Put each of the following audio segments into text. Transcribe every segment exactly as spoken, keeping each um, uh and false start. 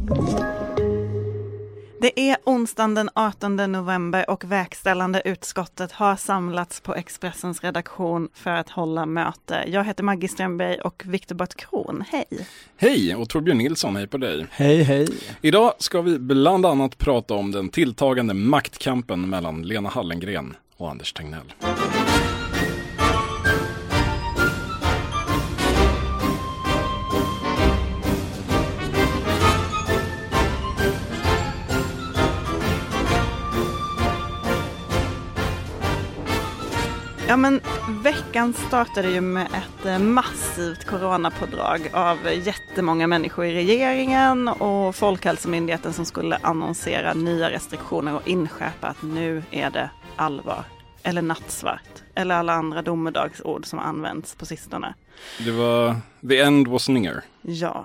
Det är onsdagen den artonde november och verkställande utskottet har samlats på Expressens redaktion för att hålla möte. Jag heter Maggie Strömberg och Viktor Bart Kron. Hej! Hej, och Torbjörn Nilsson, hej på dig. Hej, hej. Idag ska vi bland annat prata om den tilltagande maktkampen mellan Lena Hallengren och Anders Tegnell. Ja, men veckan startade ju med ett massivt coronapådrag av jättemånga människor i regeringen och Folkhälsomyndigheten som skulle annonsera nya restriktioner och inskärpa att nu är det allvar. Eller nattsvart. Eller alla andra domedagsord som används på sistone. Det var the end was near. Ja.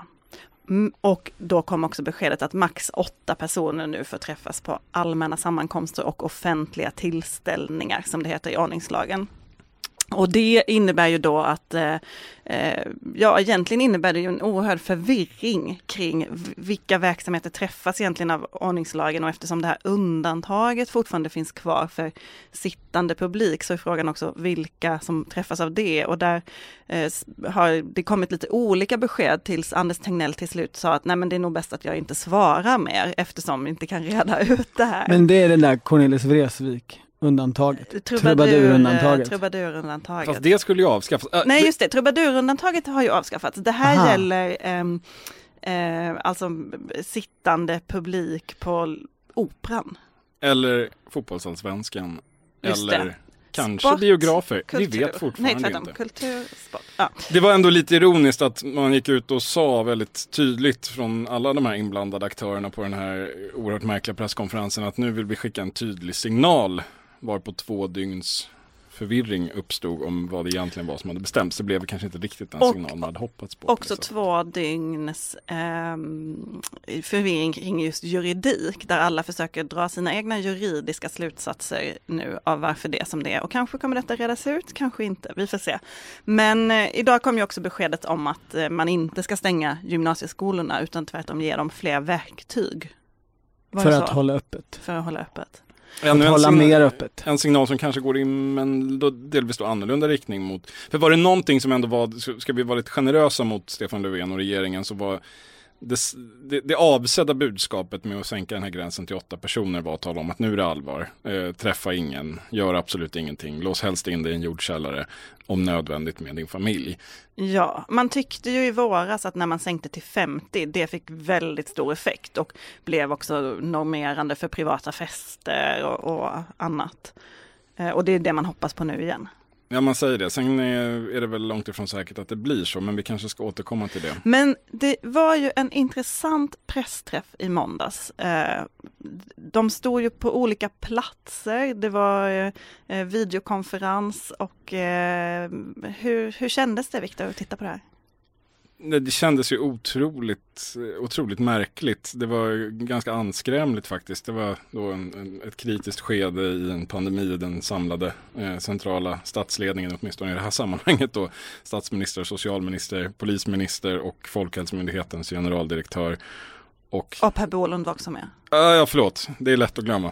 Och då kom också beskedet att max åtta personer nu får träffas på allmänna sammankomster och offentliga tillställningar som det heter i ordningslagen. Och det innebär ju då att, eh, ja egentligen innebär det ju en oerhörd förvirring kring vilka verksamheter träffas egentligen av ordningslagen, och eftersom det här undantaget fortfarande finns kvar för sittande publik så är frågan också vilka som träffas av det, och där eh, har det kommit lite olika besked tills Anders Tegnell till slut sa att nej, men det är nog bäst att jag inte svarar mer eftersom vi inte kan reda ut det här. Men det är den där Cornelis Vreeswijk undantaget. Trubadurundantaget. Trubadurundantaget. Fast det skulle ju avskaffas. Äh, Nej, just det. Trubadurundantaget har ju avskaffats. Det här Aha. gäller eh, eh, alltså sittande publik på operan. Eller fotbollsallsvenskan. Just eller det. kanske Sport, biografer. kultur. Vi vet fortfarande Nej, tvärtom. inte. Kultur, sport. Ja. Det var ändå lite ironiskt att man gick ut och sa väldigt tydligt från alla de här inblandade aktörerna på den här oerhört märkliga presskonferensen att nu vill vi skicka en tydlig signal, var på två dygns förvirring uppstod om vad det egentligen var som hade bestämts. Det blev kanske inte riktigt den och signal man hade hoppats på. Också på två dygns eh, förvirring kring just juridik, där alla försöker dra sina egna juridiska slutsatser nu av varför det är som det är. Och kanske kommer detta redas ut, kanske inte. Vi får se. Men eh, idag kom ju också beskedet om att eh, man inte ska stänga gymnasieskolorna utan tvärtom ge dem fler verktyg. Var För det att så? hålla öppet. För att hålla öppet. Ännu att hålla signal, mer öppet. En signal som kanske går in men då delvis då annorlunda riktning mot. För var det någonting som ändå var, ska vi vara lite generösa mot Stefan Löfven och regeringen, så var det, det, det avsedda budskapet med att sänka den här gränsen till åtta personer var att tala om att nu är det allvar. Eh, träffa ingen, gör absolut ingenting, lås helst in dig i en jordkällare om nödvändigt med din familj. Ja, man tyckte ju i våras att när man sänkte till femtio, det fick väldigt stor effekt och blev också normerande för privata fester och, och annat. Eh, och det är det man hoppas på nu igen. Ja, man säger det. Sen är, är det väl långt ifrån säkert att det blir så, men vi kanske ska återkomma till det. Men det var ju en intressant pressträff i måndags. Eh, de stod ju på olika platser. Det var eh, videokonferens och eh, hur, hur kändes det, Viktor, att titta på det här? Det kändes ju otroligt, otroligt märkligt. Det var ganska anskrämligt faktiskt. Det var då en, en, ett kritiskt skede i en pandemi. Den samlade eh, centrala statsledningen, åtminstone i det här sammanhanget då, statsminister, socialminister, polisminister och Folkhälsomyndighetens generaldirektör. Och, och Per Bolund var också med. Äh, ja, förlåt. Det är lätt att glömma.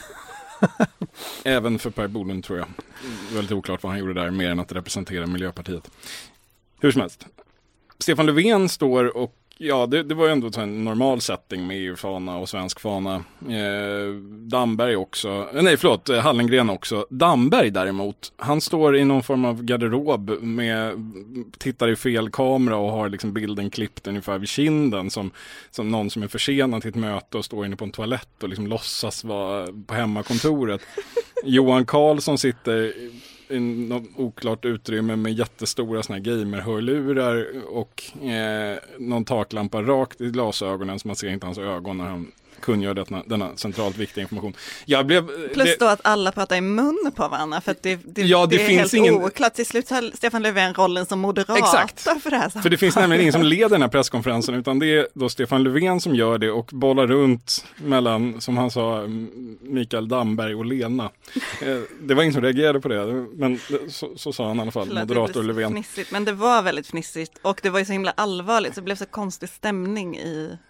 Även för Per Bolund tror jag. Väldigt oklart vad han gjorde där, mer än att representera Miljöpartiet. Hur som helst. Stefan Löfven står och, ja det, det var ju ändå en normal setting med E U-fana och svensk fana. Eh, Damberg också, nej förlåt, Hallengren också. Damberg däremot, han står i någon form av garderob med, tittar i fel kamera och har liksom bilden klippt ungefär vid kinden som, som någon som är försenad till ett möte och står inne på en toalett och liksom låtsas vara på hemmakontoret. Johan Karlsson sitter i något oklart utrymme med jättestora såna här gamer-hörlurar och eh, någon taklampa rakt i glasögonen så man ser inte hans ögon när han kungör denna, denna centralt viktiga information. Jag blev, Plus det, då att alla pratar i mun på varandra för att det, det, ja, det, det är finns helt ingen... oklart. Till slut har Stefan Löfven rollen som moderator. Exakt. För det här. För det finns nämligen ingen som leder den här presskonferensen utan det är då Stefan Löfven som gör det och bollar runt mellan, som han sa, Mikael Damberg och Lena. Det var ingen som reagerade på det, men så, så sa han i alla fall, Förlåt, moderator Löfven. Fnissigt, men det var väldigt fnissigt och det var ju så himla allvarligt så det blev så konstig stämning i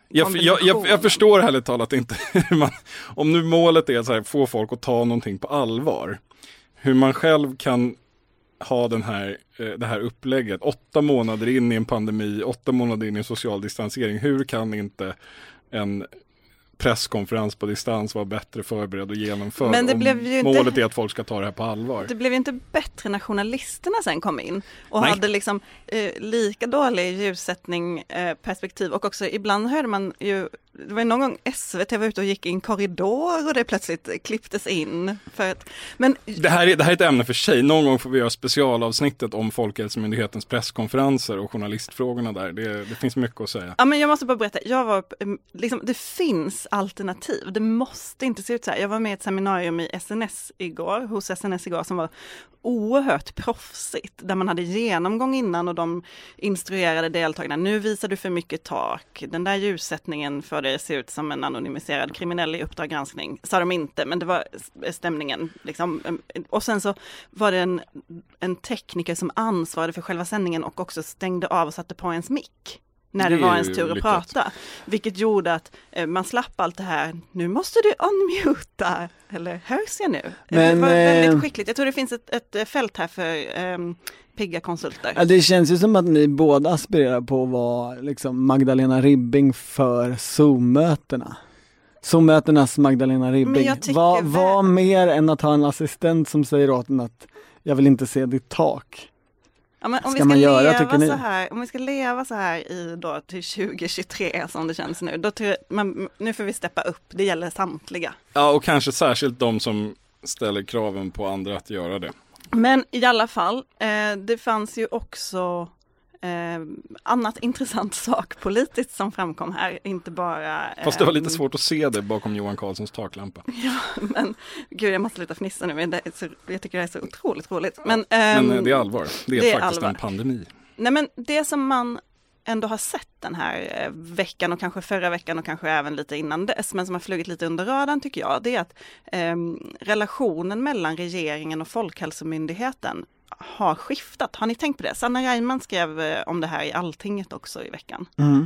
Jag, jag, jag, jag förstår härligt talat inte hur man, om nu målet är att så här, få folk att ta någonting på allvar, hur man själv kan ha den här, det här upplägget åtta månader in i en pandemi, åtta månader in i en social distansering. Hur kan inte en presskonferens på distans vara bättre förberedd och genomförd? Men det blev ju målet inte, är att folk ska ta det här på allvar. Det blev ju inte bättre när journalisterna sen kom in och Nej. hade liksom eh, lika dålig ljussättning, eh, perspektiv, och också ibland hörde man ju, det var någon gång S V T var ute och gick i en korridor och det plötsligt klipptes in. För att, men, det, här är, det här är ett ämne för sig. Någon gång får vi göra specialavsnittet om Folkhälsomyndighetens presskonferenser och journalistfrågorna där. Det, det finns mycket att säga. Ja, men jag måste bara berätta. Jag var, liksom, det finns alternativ. Det måste inte se ut så här. Jag var med i ett seminarium i S N S igår, hos S N S igår, som var oerhört proffsigt. Där man hade genomgång innan och de instruerade deltagarna. Nu visar du för mycket tak. Den där ljussättningen för det ser ut som en anonymiserad kriminell i Uppdrag granskning. Sa de inte, men det var stämningen. Liksom. Och sen så var det en, en tekniker som ansvarade för själva sändningen och också stängde av och satte på ens mick när det, det var ens tur att lyckat. prata. Vilket gjorde att eh, man slapp allt det här. Nu måste du unmuta. Eller hörs jag nu? Men, det var väldigt eh, skickligt. Jag tror det finns ett, ett fält här för eh, pigga konsulter. Ja, det känns ju som att ni båda aspirerar på att vara liksom Magdalena Ribbing för Zoom-mötena. Zoom-mötenas Magdalena Ribbing. Vad var mer än att ha en assistent som säger åt en att jag vill inte se ditt tak? Ja, men om, ska vi ska göra, leva så här, om vi ska leva så här i då till tjugo tjugotre som det känns nu, då tror jag, man, nu får vi steppa upp. Det gäller samtliga. Ja, och kanske särskilt de som ställer kraven på andra att göra det. Men i alla fall, eh, det fanns ju också eh, annat intressant sak politiskt som framkom här, inte bara... Eh, Fast det var lite svårt att se det bakom Johan Carlssons taklampa. Ja, men gud, jag måste sluta fnissa nu, men det är så, jag tycker det är så otroligt roligt. Men, ja, eh, men det är allvar, det är, det är faktiskt allvar. En pandemi. Nej, men det som man ändå har sett den här eh, veckan och kanske förra veckan och kanske även lite innan dess, men som har flugit lite under radarn tycker jag, det är att eh, relationen mellan regeringen och Folkhälsomyndigheten har skiftat. Har ni tänkt på det? Sanna Reimann skrev eh, om det här i Alltinget också i veckan. Mm.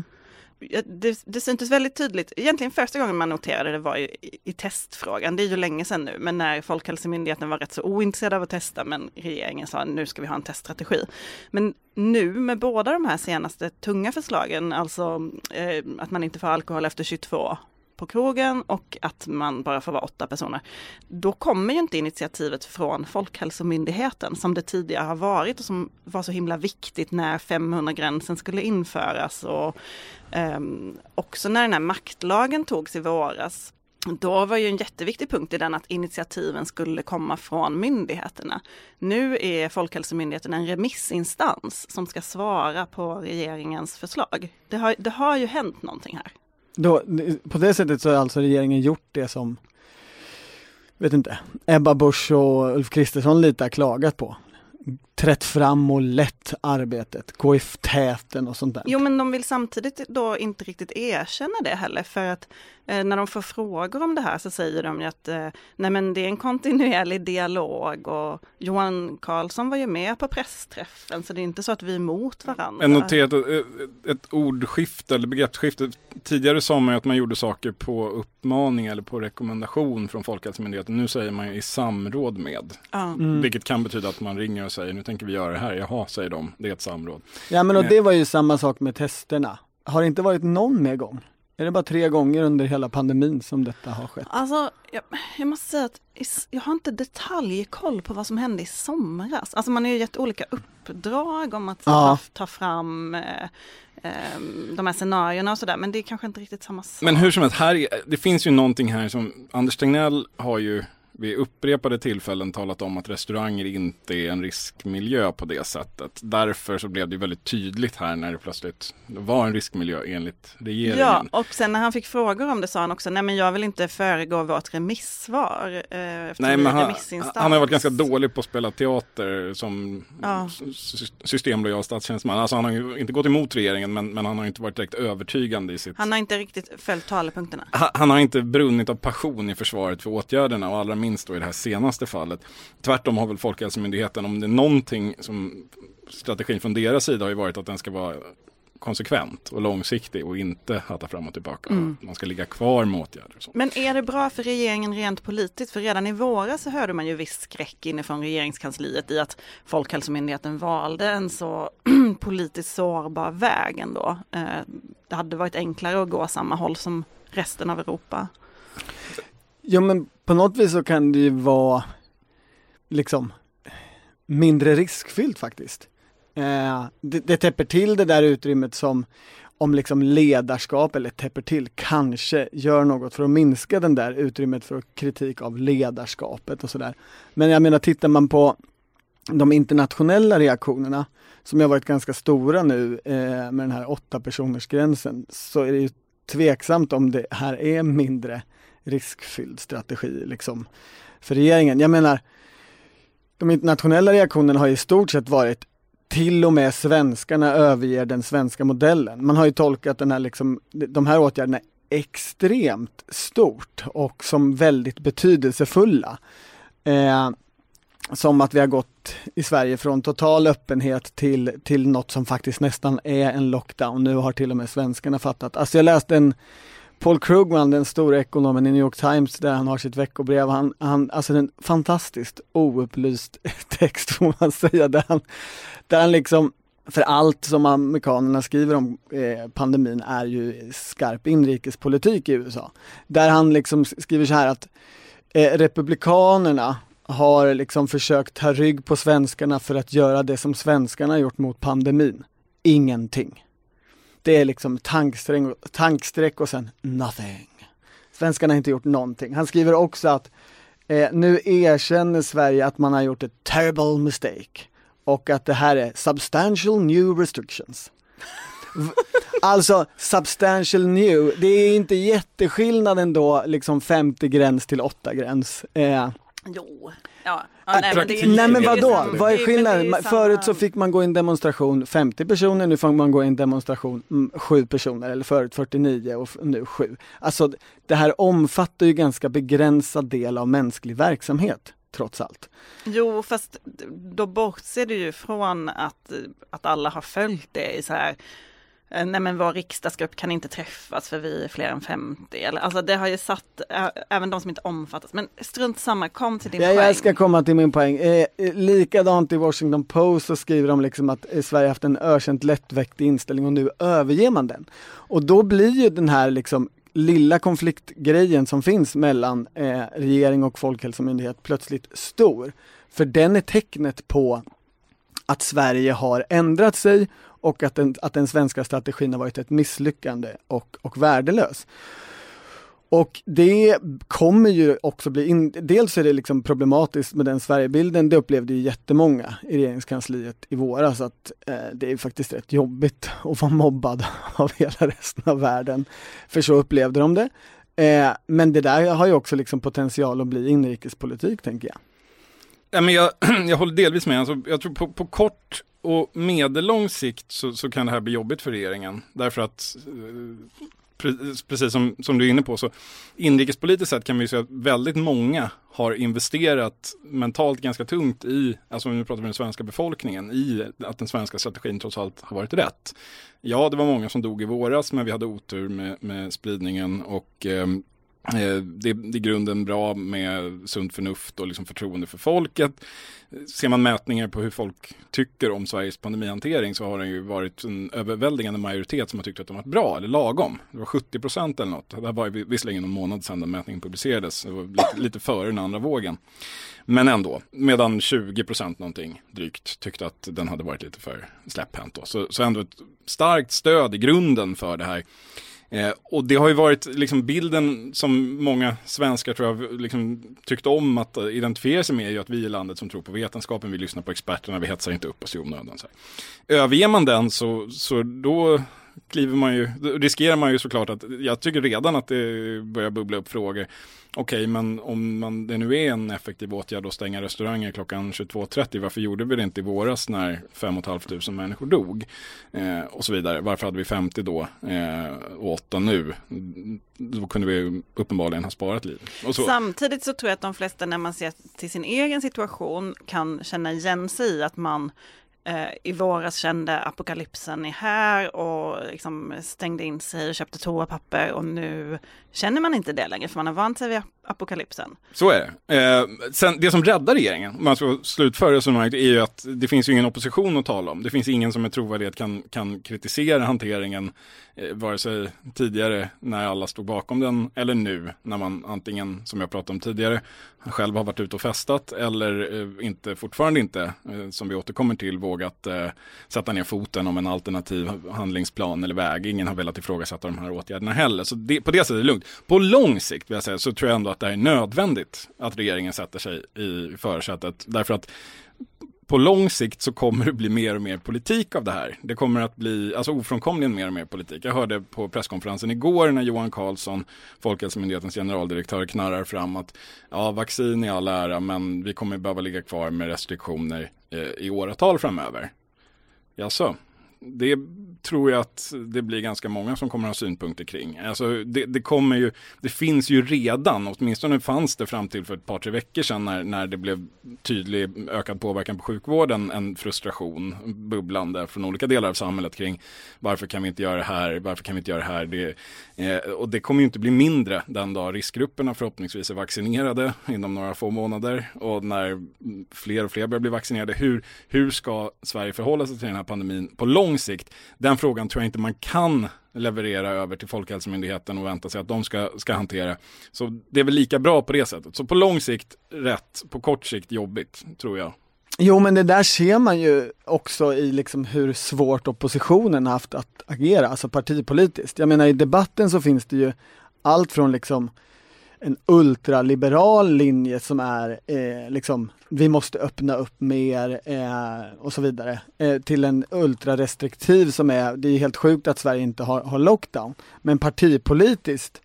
Det, det syntes väldigt tydligt. Egentligen första gången man noterade det var ju i, i testfrågan. Det är ju länge sedan nu. Men när Folkhälsomyndigheten var rätt så ointresserad av att testa, men regeringen sa nu ska vi ha en teststrategi. Men nu med båda de här senaste tunga förslagen, alltså eh, att man inte får alkohol efter tjugotvå på krogen och att man bara får vara åtta personer. Då kommer ju inte initiativet från Folkhälsomyndigheten som det tidigare har varit och som var så himla viktigt när femhundra-gränsen skulle införas och eh, också när den här maktlagen togs i våras. Då var ju en jätteviktig punkt i den att initiativen skulle komma från myndigheterna. Nu är Folkhälsomyndigheten en remissinstans som ska svara på regeringens förslag. Det har, det har ju hänt någonting här. Då, på det sättet så har alltså regeringen gjort det som vet inte, Ebba Busch och Ulf Kristersson lite har klagat på. Trätt fram och lätt arbetet, gå i täten och sånt där. Jo, men de vill samtidigt då inte riktigt erkänna det heller, för att eh, när de får frågor om det här så säger de ju att eh, nej, men det är en kontinuerlig dialog och Johan Carlsson var ju med på pressträffen, så det är inte så att vi är emot varandra. Jag noterat ett, ett ordskifte eller begreppsskifte. Tidigare sa man ju att man gjorde saker på uppmaning eller på rekommendation från Folkhälsomyndigheten. Nu säger man ju i samråd med. Mm. Vilket kan betyda att man ringer och säger nu tänker vi göra det här. Jaha, säger de. Det är ett samråd. Ja, men och det var ju samma sak med testerna. Har det inte varit någon mer gång? Är det bara tre gånger under hela pandemin som detta har skett? Alltså, jag, jag måste säga att jag har inte detaljkoll på vad som hände i somras. Alltså man har ju gett olika uppdrag om att ja. ta, ta fram eh, eh, de här scenarierna och sådär. Men det är kanske inte riktigt samma sak. Men hur som helst, här, det finns ju någonting här som Anders Tegnell har ju vid upprepade tillfällen talat om att restauranger inte är en riskmiljö på det sättet. Därför så blev det väldigt tydligt här när det plötsligt var en riskmiljö enligt regeringen. Ja, och sen när han fick frågor om det sa han också, nej men jag vill inte föregå vårt remissvar eh, efter nej, men han, han har varit ganska dålig på att spela teater som ja. systemlojal statstjänsteman. Alltså han har ju inte gått emot regeringen, men, men han har inte varit direkt övertygande i sitt... Han har inte riktigt följt talepunkterna. Han, han har inte brunnit av passion i försvaret för åtgärderna och allra minst då i det här senaste fallet. Tvärtom har väl Folkhälsomyndigheten, om det är någonting som strategin från deras sida har ju varit att den ska vara konsekvent och långsiktig och inte hatta fram och tillbaka. Mm. Man ska ligga kvar med åtgärder. Och så. Men är det bra för regeringen rent politiskt? För redan i våras så hörde man ju viss skräck inifrån regeringskansliet i att Folkhälsomyndigheten valde en så politiskt sårbar väg ändå. Det hade varit enklare att gå samma håll som resten av Europa. Jo, men på något vis så kan det ju vara liksom mindre riskfyllt faktiskt. Eh, det, det täpper till det där utrymmet som om liksom ledarskap eller täpper till kanske gör något för att minska den där utrymmet för kritik av ledarskapet och sådär. Men jag menar, tittar man på de internationella reaktionerna som har varit ganska stora nu eh, med den här åtta personers gränsen, så är det ju tveksamt om det här är mindre riskfylld strategi liksom för regeringen. Jag menar, de internationella reaktionerna har i stort sett varit till och med svenskarna överger den svenska modellen. Man har ju tolkat den här liksom, de här åtgärderna extremt stort och som väldigt betydelsefulla. Eh, som att vi har gått i Sverige från total öppenhet till, till något som faktiskt nästan är en lockdown. Nu har till och med svenskarna fattat. Alltså jag läste en Paul Krugman, den stora ekonomen i New York Times, där han har sitt veckobrev. Han, han, alltså en fantastiskt oupplyst text får man säga, där han, där han liksom, för allt som amerikanerna skriver om eh, pandemin är ju skarp inrikespolitik i U S A. Där han liksom skriver så här att eh, republikanerna har liksom försökt ta rygg på svenskarna för att göra det som svenskarna har gjort mot pandemin. Ingenting. Det är liksom tanksträck och, tanksträck och sen nothing. Svenskarna har inte gjort någonting. Han skriver också att eh, nu erkänner Sverige att man har gjort ett terrible mistake. Och att det här är substantial new restrictions. Alltså substantial new. Det är inte jätteskillnad ändå, liksom femtio gräns till åtta gräns. Eh, jo, ja. Ja, nej, men, det, nej men vadå? Vad är skillnaden? Förut så fick man gå i en demonstration femtio personer, nu får man gå i en demonstration sju personer, eller förut fyrtionio och nu sju. Alltså det här omfattar ju ganska begränsad del av mänsklig verksamhet, trots allt. Jo, fast då bortser du ju från att, att alla har följt det i så här, nej men vår riksdagsgrupp kan inte träffas för vi är fler än femtio. Eller, alltså det har ju satt, ä, även de som inte omfattas. Men strunt samma, kom till din ja, poäng. Jag ska komma till min poäng. Eh, likadant i Washington Post så skriver de liksom att eh, Sverige haft en ökänt lättväcktig inställning och nu överger man den. Och då blir ju den här liksom lilla konfliktgrejen som finns mellan eh, regering och folkhälsomyndighet plötsligt stor. För den är tecknet på att Sverige har ändrat sig och att den, att den svenska strategin har varit ett misslyckande och, och värdelös. Och det kommer ju också bli, in, dels är det liksom problematiskt med den Sverigebilden, det upplevde ju jättemånga i regeringskansliet i våras, att eh, det är faktiskt rätt jobbigt att vara mobbad av hela resten av världen, för så upplevde de det. Eh, men det där har ju också liksom potential att bli inrikespolitik, tänker jag. Ja, men jag, jag håller delvis med. Alltså, jag tror på, på kort och medellång sikt så, så kan det här bli jobbigt för regeringen. Därför att, pre, precis som, som du är inne på, så inrikespolitiskt sett kan vi säga att väldigt många har investerat mentalt ganska tungt i, alltså om vi pratar om den svenska befolkningen, i att den svenska strategin trots allt har varit rätt. Ja, det var många som dog i våras, men vi hade otur med, med spridningen och eh, Det är i grunden bra med sunt förnuft och liksom förtroende för folket. Ser man mätningar på hur folk tycker om Sveriges pandemihantering, så har det ju varit en överväldigande majoritet som har tyckt att de varit bra eller lagom. Det var sjuttio procent eller något. Det var visserligen en månad sedan den mätningen publicerades. Det var lite, lite före den andra vågen. Men ändå, medan tjugo procent någonting drygt tyckte att den hade varit lite för släpphänt då. Så, så ändå ett starkt stöd i grunden för det här. Eh, och det har ju varit liksom bilden som många svenskar tror jag liksom tyckt om att identifiera sig med, är ju att vi är landet som tror på vetenskapen, vi lyssnar på experterna, vi hetsar inte upp oss i onödan. Så här. Överger man den så, så då kliver man ju, riskerar man ju såklart att, jag tycker redan att det börjar bubbla upp frågor. Okej, okay, men om man, det nu är en effektiv åtgärd att stänga restauranger klockan tjugotvå trettio, varför gjorde vi det inte i våras när fem och ett halvt tusen människor dog? Eh, och så vidare. Varför hade vi femtio då eh, och åtta nu? Då kunde vi uppenbarligen ha sparat liv. Och så. Samtidigt så tror jag att de flesta, när man ser till sin egen situation, kan känna igen sig i att man eh, i våras kände apokalypsen är här och liksom stängde in sig och köpte toapapper, och nu känner man inte det längre för man har vant sig vid apokalypsen. Så är det. Eh, sen, det som räddar regeringen, om man ska slutföra resonemanget, är ju att det finns ju ingen opposition att tala om. Det finns ingen som med trovärdighet kan, kan kritisera hanteringen, eh, vare sig tidigare när alla stod bakom den eller nu när man antingen, som jag pratade om tidigare, själv har varit ute och festat eller eh, inte, fortfarande inte, eh, som vi återkommer till, vågat eh, sätta ner foten om en alternativ handlingsplan eller väg. Ingen har velat ifrågasätta de här åtgärderna heller. Så det, på det sättet är det lugnt. På lång sikt vill jag säga, så tror jag ändå att det är nödvändigt att regeringen sätter sig i försätet. Därför att på lång sikt så kommer det bli mer och mer politik av det här. Det kommer att bli, alltså ofrånkomligen mer och mer politik. Jag hörde på presskonferensen igår när Johan Carlsson, Folkhälsomyndighetens generaldirektör, knarrar fram att ja, vaccin är all ära, men vi kommer behöva ligga kvar med restriktioner eh, i åratal framöver. Jaså? Det tror jag att det blir ganska många som kommer att ha synpunkter kring. Alltså det, det kommer ju, det finns ju redan, åtminstone fanns det fram till för ett par tre veckor sedan när, när det blev tydlig ökad påverkan på sjukvården, en frustration bubblande från olika delar av samhället kring varför kan vi inte göra det här, varför kan vi inte göra det här. Det, eh, och det kommer ju inte bli mindre den dag riskgrupperna förhoppningsvis är vaccinerade inom några få månader, och när fler och fler börjar bli vaccinerade. Hur, hur ska Sverige förhålla sig till den här pandemin på lång sikt? Den frågan tror jag inte man kan leverera över till Folkhälsomyndigheten och vänta sig att de ska, ska hantera. Så det är väl lika bra på det sättet. Så på lång sikt rätt, på kort sikt jobbigt, tror jag. Jo, men det där ser man ju också i liksom hur svårt oppositionen haft att agera, alltså partipolitiskt. Jag menar, i debatten så finns det ju allt från liksom en ultraliberal linje som är eh, liksom vi måste öppna upp mer eh, och så vidare eh, till en ultrarestriktiv som är, det är helt sjukt att Sverige inte har, har lockdown, men partipolitiskt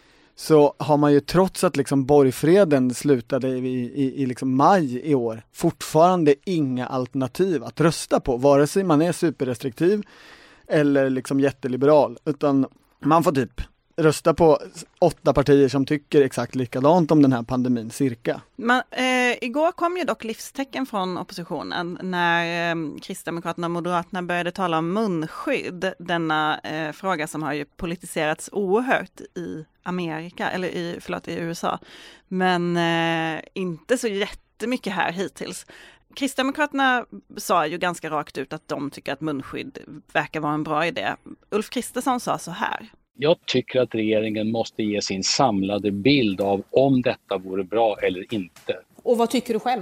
så har man ju, trots att liksom borgfreden slutade i, i, i liksom maj i år, fortfarande inga alternativ att rösta på, vare sig man är superrestriktiv eller liksom jätteliberal, utan man får typ rösta på åtta partier som tycker exakt likadant om den här pandemin, cirka. Man, eh, igår kom ju dock livstecken från oppositionen när eh, Kristdemokraterna och Moderaterna började tala om munskydd. Denna eh, fråga som har ju politiserats oerhört i Amerika, eller i, förlåt, i U S A. Men eh, inte så jättemycket här hittills. Kristdemokraterna sa ju ganska rakt ut att de tycker att munskydd verkar vara en bra idé. Ulf Kristersson sa så här. Jag tycker att regeringen måste ge sin samlade bild av om detta vore bra eller inte. Och vad tycker du själv?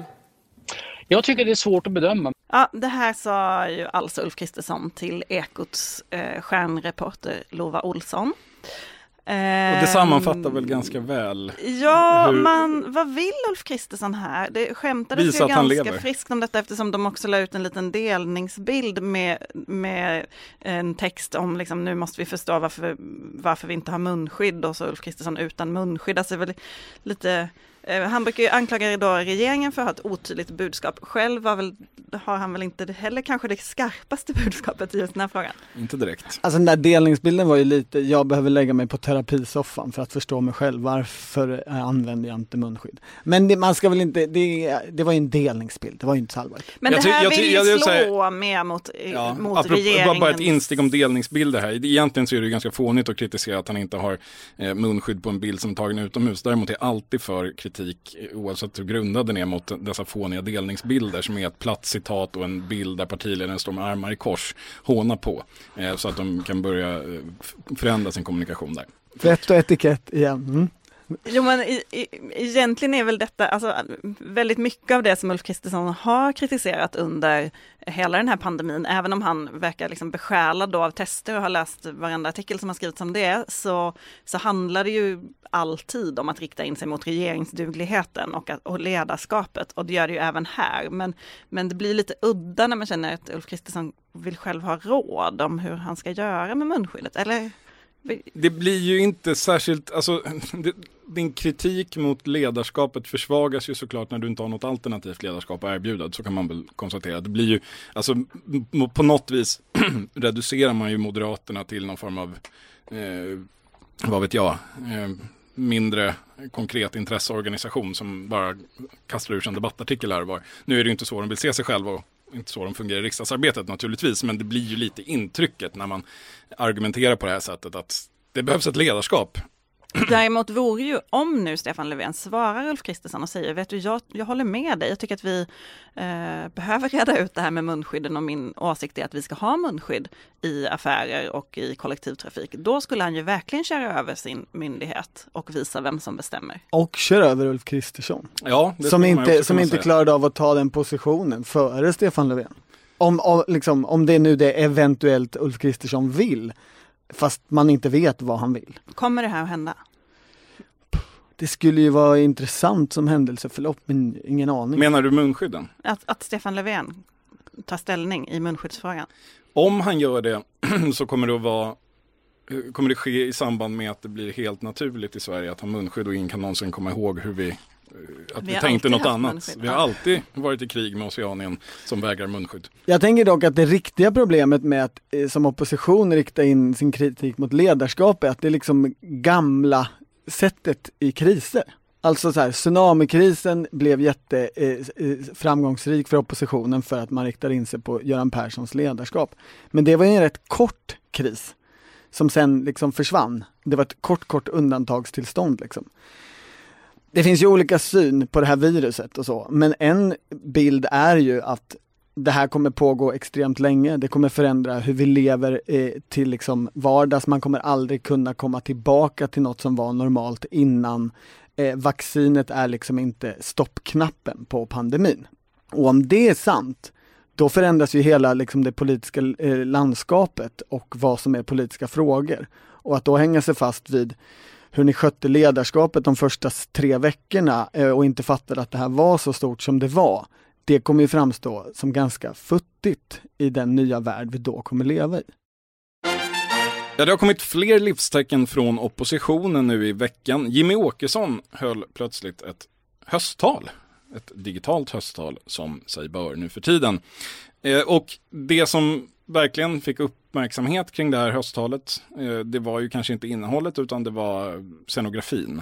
Jag tycker det är svårt att bedöma. Ja, det här sa ju alltså Ulf Kristersson till Ekots eh, stjärnreporter Lova Olsson. Och det sammanfattar väl ganska väl. Ja, hur... man, vad vill Ulf Kristersson här? Det skämtades Visa ju ganska friskt om detta, eftersom de också la ut en liten delningsbild med, med en text om liksom, nu måste vi förstå varför, varför vi inte har munskydd, och så Ulf Kristersson utan munskydd. Alltså väl lite... Han brukar ju anklaga då regeringen för att ha ett otydligt budskap. Själv var väl, har han väl inte heller kanske det skarpaste budskapet i just den här frågan. Inte direkt. Alltså den där delningsbilden var ju lite, jag behöver lägga mig på terapisoffan för att förstå mig själv. Varför använder jag inte munskydd? Men det, man ska väl inte, det, det var ju en delningsbild, det var ju inte så allvarligt. Men jag det här jag vill jag, ju jag, slå säga, mer mot, ja, mot apropå, regeringen. Bara ett instick om delningsbilder här. Egentligen så är det ganska fånigt att kritisera att han inte har eh, munskydd på en bild som är tagen utomhus. Däremot är alltid för kritik, oavsett hur grundad den är, mot dessa fåniga delningsbilder som är ett platt citat och en bild där partiledaren står med armar i kors, håna på, eh, så att de kan börja eh, förändra sin kommunikation där. Vett och etikett igen. Mm. Jo, men i, i, egentligen är väl detta, alltså väldigt mycket av det som Ulf Kristersson har kritiserat under hela den här pandemin, även om han verkar liksom besjälad då av tester och har läst varenda artikel som har skrivits om det, så, så handlar det ju alltid om att rikta in sig mot regeringsdugligheten och, och ledarskapet, och det gör det ju även här, men, men det blir lite udda när man känner att Ulf Kristersson vill själv ha råd om hur han ska göra med munskyddet, eller? Det blir ju inte särskilt, alltså det, din kritik mot ledarskapet försvagas ju såklart när du inte har något alternativt ledarskap att erbjuda, så kan man väl konstatera. Det blir ju, alltså på något vis reducerar man ju Moderaterna till någon form av, eh, vad vet jag, eh, mindre konkret intresseorganisation som bara kastar ur sig en debattartikel här och var. Nu är det ju inte så de vill se sig själva, och inte så de fungerar i riksdagsarbetet naturligtvis, men det blir ju lite intrycket när man argumenterar på det här sättet att det behövs ett ledarskap. Däremot vore ju, om nu Stefan Löfven svarar Ulf Kristersson och säger, vet du, jag, jag håller med dig, jag tycker att vi eh, behöver reda ut det här med munskydden, och min åsikt är att vi ska ha munskydd i affärer och i kollektivtrafik. Då skulle han ju verkligen köra över sin myndighet och visa vem som bestämmer. Och köra över Ulf Kristersson. Ja, det som inte, som inte säga. klarade av att ta den positionen före Stefan Löfven. Om, om, liksom, om det nu det eventuellt Ulf Kristersson vill, fast man inte vet vad han vill. Kommer det här att hända? Det skulle ju vara intressant som händelseförlopp, men ingen aning. Menar du munskydden? Att, att Stefan Löfven tar ställning i munskyddsfrågan. Om han gör det så kommer det att vara kommer det ske i samband med att det blir helt naturligt i Sverige att ha munskydd, och ingen kan någonsin komma ihåg hur vi att vi, vi tänkte något annat. Munskydd. Vi har alltid varit i krig med Oceanien som vägrar munskydd. Jag tänker dock att det riktiga problemet med att som opposition rikta in sin kritik mot ledarskap är att det är liksom gamla sättet i kriser. Alltså så här, tsunamikrisen blev jätte eh, framgångsrik för oppositionen för att man riktade in sig på Göran Perssons ledarskap. Men det var en rätt kort kris som sen liksom försvann. Det var ett kort, kort undantagstillstånd liksom. Det finns ju olika syn på det här viruset och så, men en bild är ju att det här kommer pågå extremt länge. Det kommer förändra hur vi lever eh, till liksom vardags. Man kommer aldrig kunna komma tillbaka till något som var normalt innan. Eh, vaccinet är liksom inte stoppknappen på pandemin. Och om det är sant, då förändras ju hela liksom det politiska eh, landskapet och vad som är politiska frågor. Och att då hänga sig fast vid hur ni skötte ledarskapet de första tre veckorna eh, och inte fattade att det här var så stort som det var. Det kommer ju framstå som ganska futtigt i den nya värld vi då kommer leva i. Ja, det har kommit fler livstecken från oppositionen nu i veckan. Jimmy Åkesson höll plötsligt ett hösttal. Ett digitalt hösttal som sig bör nu för tiden. Eh, och det som verkligen fick uppmärksamhet kring det här hösttalet, eh, det var ju kanske inte innehållet utan det var scenografin.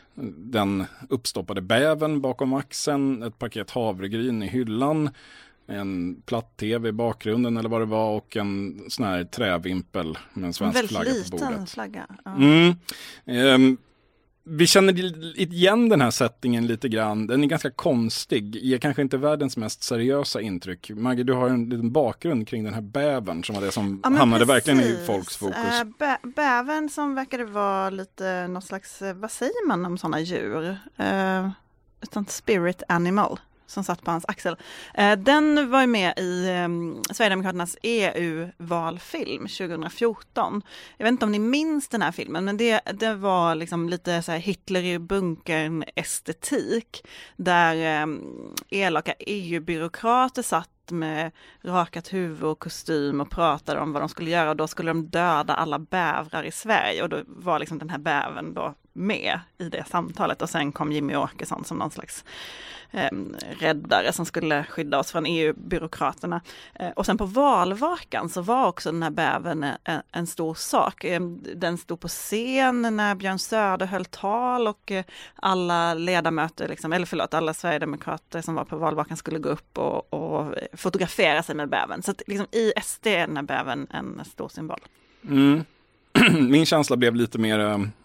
Den uppstoppade bäven bakom axeln, ett paket havregryn i hyllan, en platt-tv i bakgrunden eller vad det var, och en sån här trävimpel med en svensk en flagga på bordet. Väldigt liten flagga. Ja. Mm. Um, vi känner igen den här settingen lite grann. Den är ganska konstig, ger kanske inte världens mest seriösa intryck. Maggie, du har en liten bakgrund kring den här bäven som var det som ja, hamnade precis. verkligen i folks fokus. Äh, bä- bäven som verkade vara lite någon slags, vad säger man om sådana djur? Uh, ett sånt spirit animal som satt på hans axel. Eh, den var ju med i eh, Sverigedemokraternas E U-valfilm tjugo fjorton. Jag vet inte om ni minns den här filmen, men det, det var liksom lite så här Hitler i bunkern estetik, där eh, elaka E U-byråkrater satt med rakat huvud och kostym och pratade om vad de skulle göra, och då skulle de döda alla bävrar i Sverige, och då var liksom den här bäven då med i det samtalet, och sen kom Jimmy Åkesson som någon slags eh, räddare som skulle skydda oss från E U-byråkraterna. Eh, och sen på valvakan så var också den här bäven en, en stor sak. Eh, den stod på scen när Björn Söder höll tal, och eh, alla ledamöter, liksom, eller förlåt, alla Sverigedemokrater som var på valvakan skulle gå upp och, och fotografera sig med bäven. Så att, liksom, i S D är den här bäven en stor symbol. Mm. Min känsla blev lite mer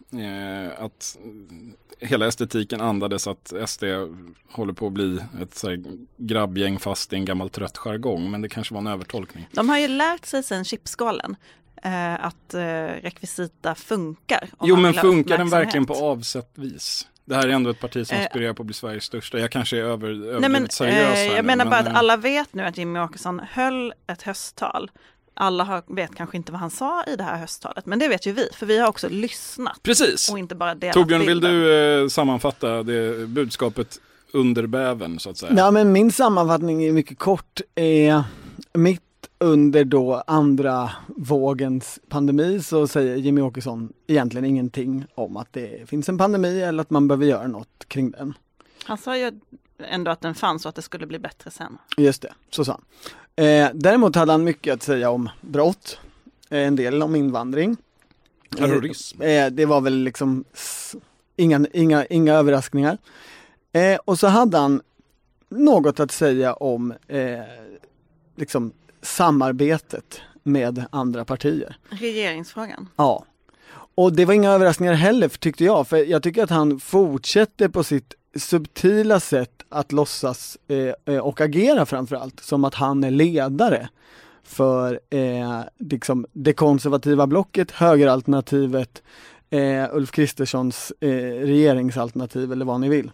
eh, att hela estetiken andades att S D håller på att bli ett så här grabbgäng fast i en gammal trött jargong, men det kanske var en övertolkning. De har ju lärt sig sen chipskålen eh, att eh, rekvisita funkar. Jo, men funkar den verkligen på avsett vis? Det här är ändå ett parti som aspirerar på att bli Sveriges största. Jag kanske är över, över Nej, men, seriös här. Jag nu, menar men, bara att alla vet nu att Jimmy Åkesson höll ett hösttal. Alla har, vet kanske inte vad han sa i det här hösttalet, men det vet ju vi, för vi har också lyssnat. Precis. Och inte bara delat Torbjörn, bilden. vill du eh, sammanfatta det budskapet under bäven, så att säga? Ja, men min sammanfattning är mycket kort. Är mitt under då andra vågens pandemi så säger Jimmy Åkesson egentligen ingenting om att det finns en pandemi eller att man behöver göra något kring den. Han sa ju ändå att den fanns och att det skulle bli bättre sen. Just det, så sa han. Eh, däremot hade han mycket att säga om brott, eh, en del om invandring. Terrorism. Eh, det var väl liksom s- inga, inga, inga överraskningar. Eh, och så hade han något att säga om eh, liksom samarbetet med andra partier. Regeringsfrågan. Ja. Och det var inga överraskningar heller, för tyckte jag. För jag tycker att han fortsätter på sitt subtila sätt att låtsas eh, och agera framförallt som att han är ledare för eh, liksom det konservativa blocket, högeralternativet, eh, Ulf Kristerssons eh, regeringsalternativ eller vad ni vill.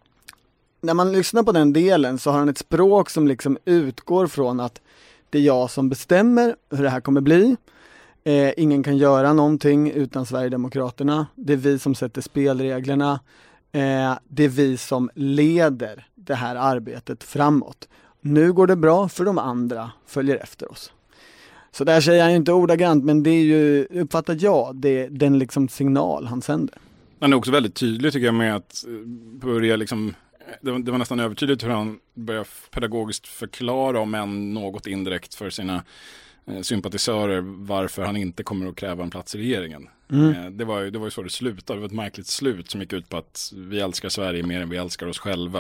När man lyssnar på den delen så har han ett språk som liksom utgår från att det är jag som bestämmer hur det här kommer bli. Eh, ingen kan göra någonting utan Sverigedemokraterna. Det är vi som sätter spelreglerna. Eh, det är vi som leder det här arbetet framåt. Nu går det bra för de andra följer efter oss. Så där säger han ju inte ordagrant, men det är ju, uppfattar jag, det är den liksom signal han sänder. Han är också väldigt tydlig tycker jag med att börja liksom, det var, det var nästan övertydligt hur han börjar pedagogiskt förklara, om än något indirekt för sina eh, sympatisörer, varför han inte kommer att kräva en plats i regeringen. Mm. Eh, det, var ju, det var ju så det slutade, det var ett märkligt slut som gick ut på att vi älskar Sverige mer än vi älskar oss själva.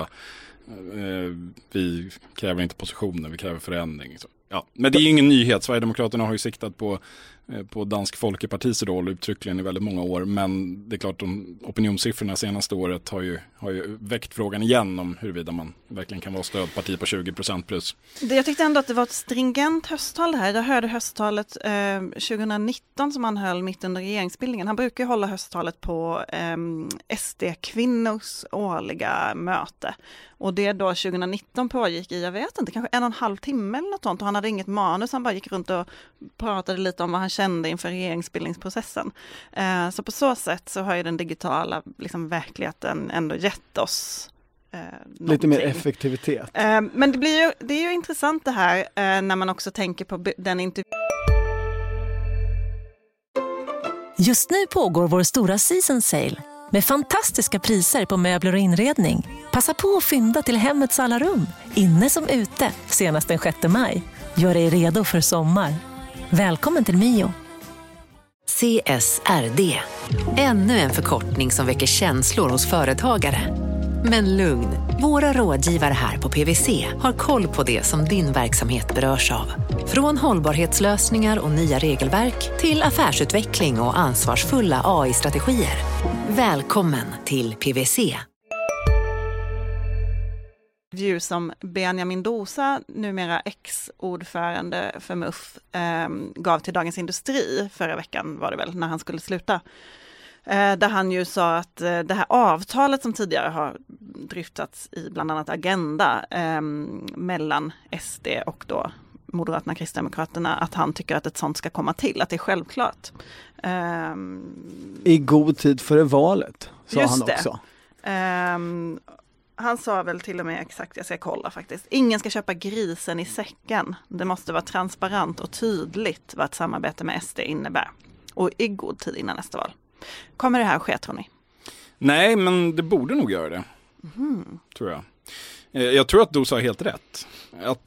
Eh, vi kräver inte positioner, vi kräver förändring. Så. Ja, men det är ju ingen nyhet. Sverigedemokraterna har ju siktat på, på Dansk Folkepartis roll uttryckligen i väldigt många år. Men det är klart, de opinionssiffrorna senaste året har ju, har ju väckt frågan igen om huruvida man verkligen kan vara stödparti på tjugo procent plus. Det, jag tyckte ändå att det var ett stringent hösttal det här. Jag hörde hösttalet eh, tjugonitton som han höll mitt under regeringsbildningen. Han brukar hålla hösttalet på eh, S D-kvinnors årliga möte. Och det då tjugonitton pågick i, jag vet inte, kanske en och en halv timme eller något sånt. Och han hade inget manus, han bara gick runt och pratade lite om vad han kände inför regeringsbildningsprocessen. Eh, så på så sätt så har ju den digitala liksom, verkligheten ändå gett oss eh, lite mer effektivitet. Eh, men det, blir ju, det är ju intressant det här eh, när man också tänker på den intervjun. Just nu pågår vår stora season sale med fantastiska priser på möbler och inredning. Passa på att fynda till hemmets alla rum, inne som ute, senast den sjätte maj. Gör dig redo för sommar. Välkommen till Mio. C S R D. Ännu en förkortning som väcker känslor hos företagare. Men lugn, våra rådgivare här på P W C har koll på det som din verksamhet berörs av. Från hållbarhetslösningar och nya regelverk till affärsutveckling och ansvarsfulla A I-strategier. Välkommen till P W C. Intervju som Benjamin Dosa, numera ex-ordförande för M U F, eh, gav till Dagens Industri förra veckan var det väl, när han skulle sluta. Eh, där han ju sa att eh, det här avtalet som tidigare har dryftats i bland annat Agenda eh, mellan S D och då Moderaterna, Kristdemokraterna, att han tycker att ett sånt ska komma till, att det är självklart. Eh, I god tid före valet, sa han också. Um, han sa väl till och med exakt, jag ska kolla faktiskt. Ingen ska köpa grisen i säcken. Det måste vara transparent och tydligt vad ett samarbete med S D innebär. Och i god tid innan nästa val. Kommer det här ske, tror ni? Nej, men det borde nog göra det. Mm. Tror jag. Jag tror att Dosa har helt rätt. Att,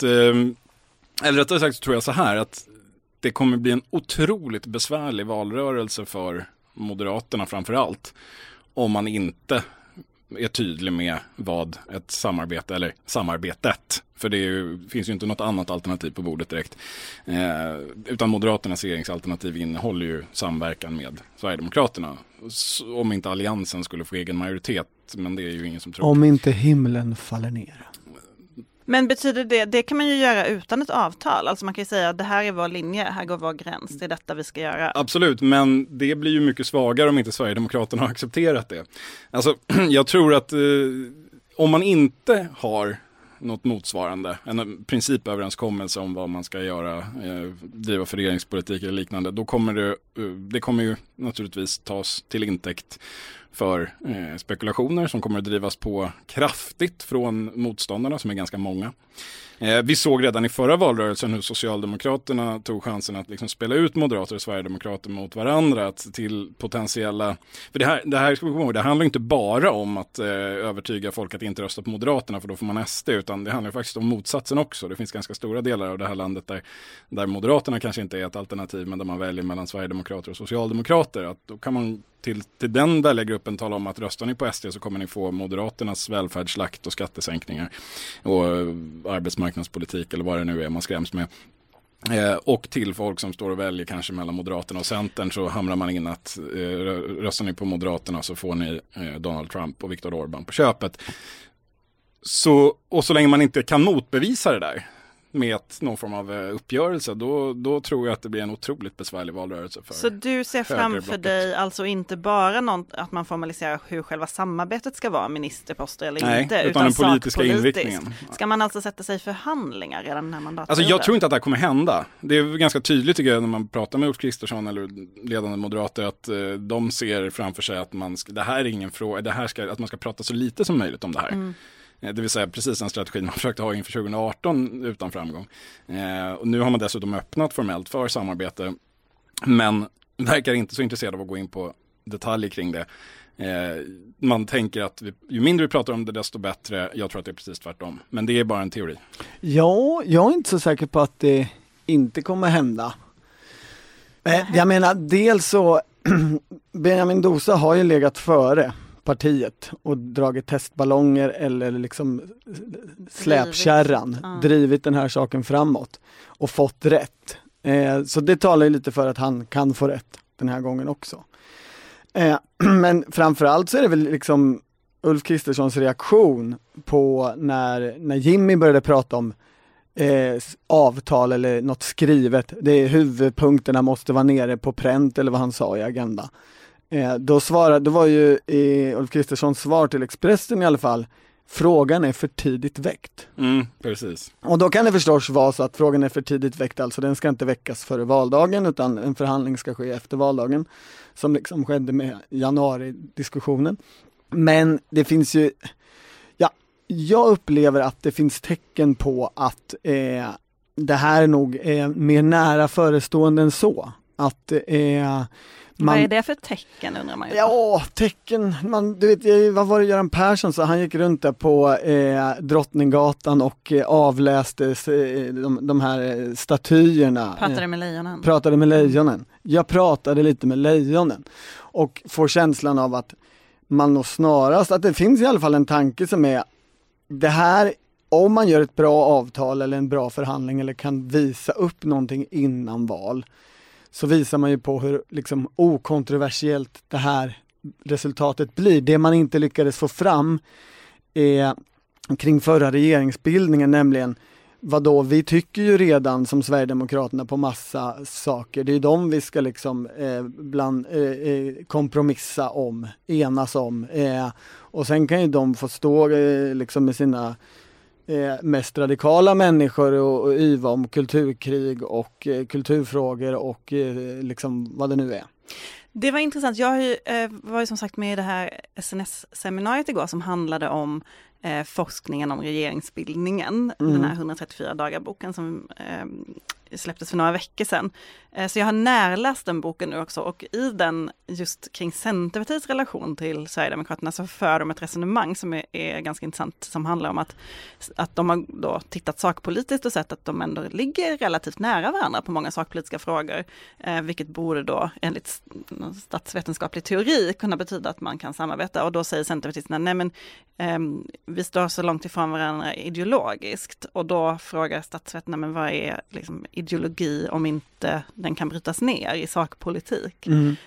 eller rättare sagt så tror jag så här, att det kommer bli en otroligt besvärlig valrörelse för Moderaterna framför allt. Om man inte är tydlig med vad ett samarbete, eller samarbetet, för det är ju, finns ju inte något annat alternativ på bordet direkt, eh, utan Moderaternas regeringsalternativ innehåller ju samverkan med Sverigedemokraterna, så, om inte alliansen skulle få egen majoritet, men det är ju ingen som tror. Om inte himlen faller ner. Men betyder det, det kan man ju göra utan ett avtal. Alltså man kan ju säga att det här är vår linje, här går vår gräns, det är detta vi ska göra. Absolut, men det blir ju mycket svagare om inte Sverigedemokraterna har accepterat det. Alltså, jag tror att eh, om man inte har något motsvarande, en principöverenskommelse om vad man ska göra, eh, driva för regeringspolitik eller liknande, då kommer det, eh, det kommer ju naturligtvis tas till intäkt för eh, spekulationer som kommer att drivas på kraftigt från motståndarna, som är ganska många. Eh, vi såg redan i förra valrörelsen hur Socialdemokraterna tog chansen att liksom spela ut moderater och Sverigedemokrater mot varandra, att till potentiella, för det här, det här, ska vi komma ihåg, det handlar inte bara om att eh, övertyga folk att inte rösta på Moderaterna, för då får man S D, utan det handlar faktiskt om motsatsen också. Det finns ganska stora delar av det här landet där, där Moderaterna kanske inte är ett alternativ, men där man väljer mellan Sverigedemokrater och Socialdemokrater. moderater. Att då kan man till, till den väljargruppen tala om att röstar ni på S D så kommer ni få Moderaternas välfärdsslakt och skattesänkningar och arbetsmarknadspolitik eller vad det nu är man skräms med. Eh, och till folk som står och väljer kanske mellan Moderaterna och Centern så hamrar man in att eh, röstar ni på Moderaterna så får ni eh, Donald Trump och Viktor Orbán på köpet. Så, och så länge man inte kan motbevisa det där med ett, någon form av uppgörelse, då, då tror jag att det blir en otroligt besvärlig valrörelse. För så du ser framför dig alltså inte bara någon, att man formaliserar hur själva samarbetet ska vara, ministerposter eller Nej, inte, utan, utan den politiska sakpolitisk. inriktningen. Ska man alltså sätta sig i förhandlingar redan den här mandatperioden? Alltså jag tror inte att det här kommer hända. Det är ganska tydligt tycker jag när man pratar med Ulf Kristersson eller ledande moderater att eh, de ser framför sig att man ska, det här är ingen fråga, det här ska, att man ska prata så lite som möjligt om det här. Mm. Det vill säga precis den strategin man försökte ha inför tjugo arton utan framgång. Eh, och nu har man dessutom öppnat formellt för samarbete. Men verkar inte så intresserad av att gå in på detaljer kring det. Eh, man tänker att vi, ju mindre vi pratar om det desto bättre. Jag tror att det är precis tvärtom. Men det är bara en teori. Ja, jag är inte så säker på att det inte kommer hända. Eh, jag menar, dels så Benjamin Dosa har ju legat före partiet och dragit testballonger eller liksom släpkärran, drivit, ja. drivit den här saken framåt och fått rätt. Eh, så det talar ju lite för att han kan få rätt den här gången också. Eh, men framförallt så är det väl liksom Ulf Kristerssons reaktion på när, när Jimmy började prata om eh, avtal eller något skrivet. Det är huvudpunkterna måste vara nere på pränt eller vad han sa i Agenda. Eh, då svarade, det var ju i Ulf Kristerssons svar till Expressen i alla fall, frågan är för tidigt väckt. Mm, precis. Och då kan det förstås vara så att frågan är för tidigt väckt, alltså den ska inte väckas före valdagen utan en förhandling ska ske efter valdagen, som liksom skedde med januari-diskussionen. Men det finns ju, ja, jag upplever att det finns tecken på att eh, det här nog är mer nära förestående än så. Att eh, man, vad är det för tecken undrar man ju? Ja, tecken. Man, du vet, vad var det Göran Persson så han gick runt där på eh, Drottninggatan och eh, avläste eh, de, de här statyerna. Pratade med lejonen. Pratade med lejonen. Jag pratade lite med lejonen. Och får känslan av att man nog snarast, att det finns i alla fall en tanke som är det här, om man gör ett bra avtal eller en bra förhandling eller kan visa upp någonting innan val, så visar man ju på hur liksom okontroversiellt det här resultatet blir. Det man inte lyckades få fram är kring förra regeringsbildningen, nämligen vadå, vi tycker ju redan som Sverigedemokraterna på massa saker. Det är de vi ska liksom eh, bland, eh, kompromissa om, enas om. Eh, och sen kan ju de få stå eh, liksom med sina Eh, mest radikala människor och, och yva om kulturkrig och eh, kulturfrågor och eh, liksom vad det nu är. Det var intressant. Jag har ju, eh, var ju som sagt med i det här S N S-seminariet igår som handlade om eh, forskningen om regeringsbildningen. Mm. Den här hundratrettiofyra dagar boken som eh, släpptes för några veckor sedan. Eh, så jag har närläst den boken nu också, och i den just kring Centerpartiets relation till Sverigedemokraterna så för de ett resonemang som är, är ganska intressant, som handlar om att, att de har då tittat sakpolitiskt och sett att de ändå ligger relativt nära varandra på många sakpolitiska frågor, eh, vilket borde då enligt statsvetenskaplig teori kunna betyda att man kan samarbeta. Och då säger Centerpartisterna, nej men eh, vi står så långt ifrån varandra ideologiskt, och då frågar statsvetarna, men vad är liksom ideologi om inte den kan brytas ner i sakpolitik? Mm.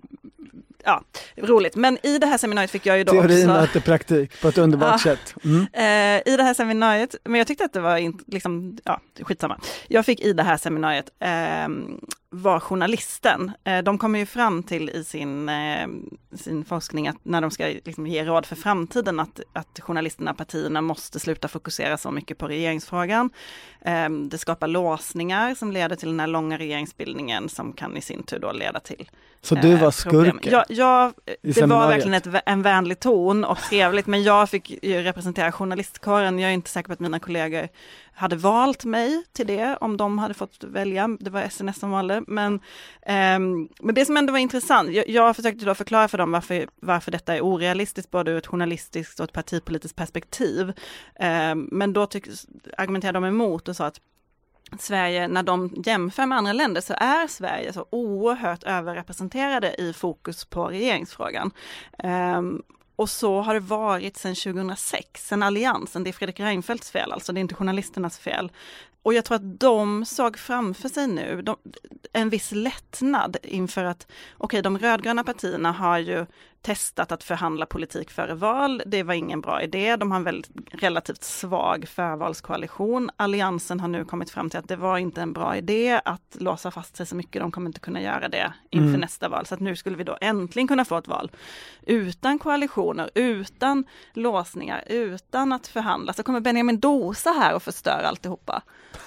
Ja, roligt. Men i det här seminariet fick jag ju då Teorin också... möter praktik på ett underbart ja, sätt. Mm. Eh, I det här seminariet, men jag tyckte att det var in, liksom, ja, skitsamma. Jag fick i det här seminariet eh, var journalisten. Eh, de kommer ju fram till i sin, eh, sin forskning att när de ska liksom, ge råd för framtiden att, att journalisterna, partierna måste sluta fokusera så mycket på regeringsfrågan. Eh, det skapar låsningar som leder till den här långa regeringsbildningen som kan i sin tur då leda till Så du var skurken? Ja, jag, det var verkligen ett, en vänlig ton och trevligt, men jag fick ju representera journalistkåren. Jag är inte säker på att mina kollegor hade valt mig till det om de hade fått välja. Det var S N S som valde. Men, um, men det som ändå var intressant, jag, jag försökte då förklara för dem varför, varför detta är orealistiskt både ur ett journalistiskt och ett partipolitiskt perspektiv. Um, men då tyck, argumenterade de emot och sa att Sverige, när de jämför med andra länder så är Sverige så oerhört överrepresenterade i fokus på regeringsfrågan. Um, och så har det varit sedan tjugohundrasex, sedan alliansen. Det är Fredrik Reinfeldts fel, alltså det är inte journalisternas fel. Och jag tror att de såg framför sig nu de, en viss lättnad inför att, okej, okay, de rödgröna partierna har ju testat att förhandla politik före val. Det var ingen bra idé. De har en väldigt relativt svag förvalskoalition. Alliansen har nu kommit fram till att det var inte en bra idé att låsa fast sig så mycket. De kommer inte kunna göra det inför mm. nästa val. Så att nu skulle vi då äntligen kunna få ett val utan koalitioner, utan låsningar, utan att förhandla. Så kommer Benjamin Dosa här och förstöra alltihopa.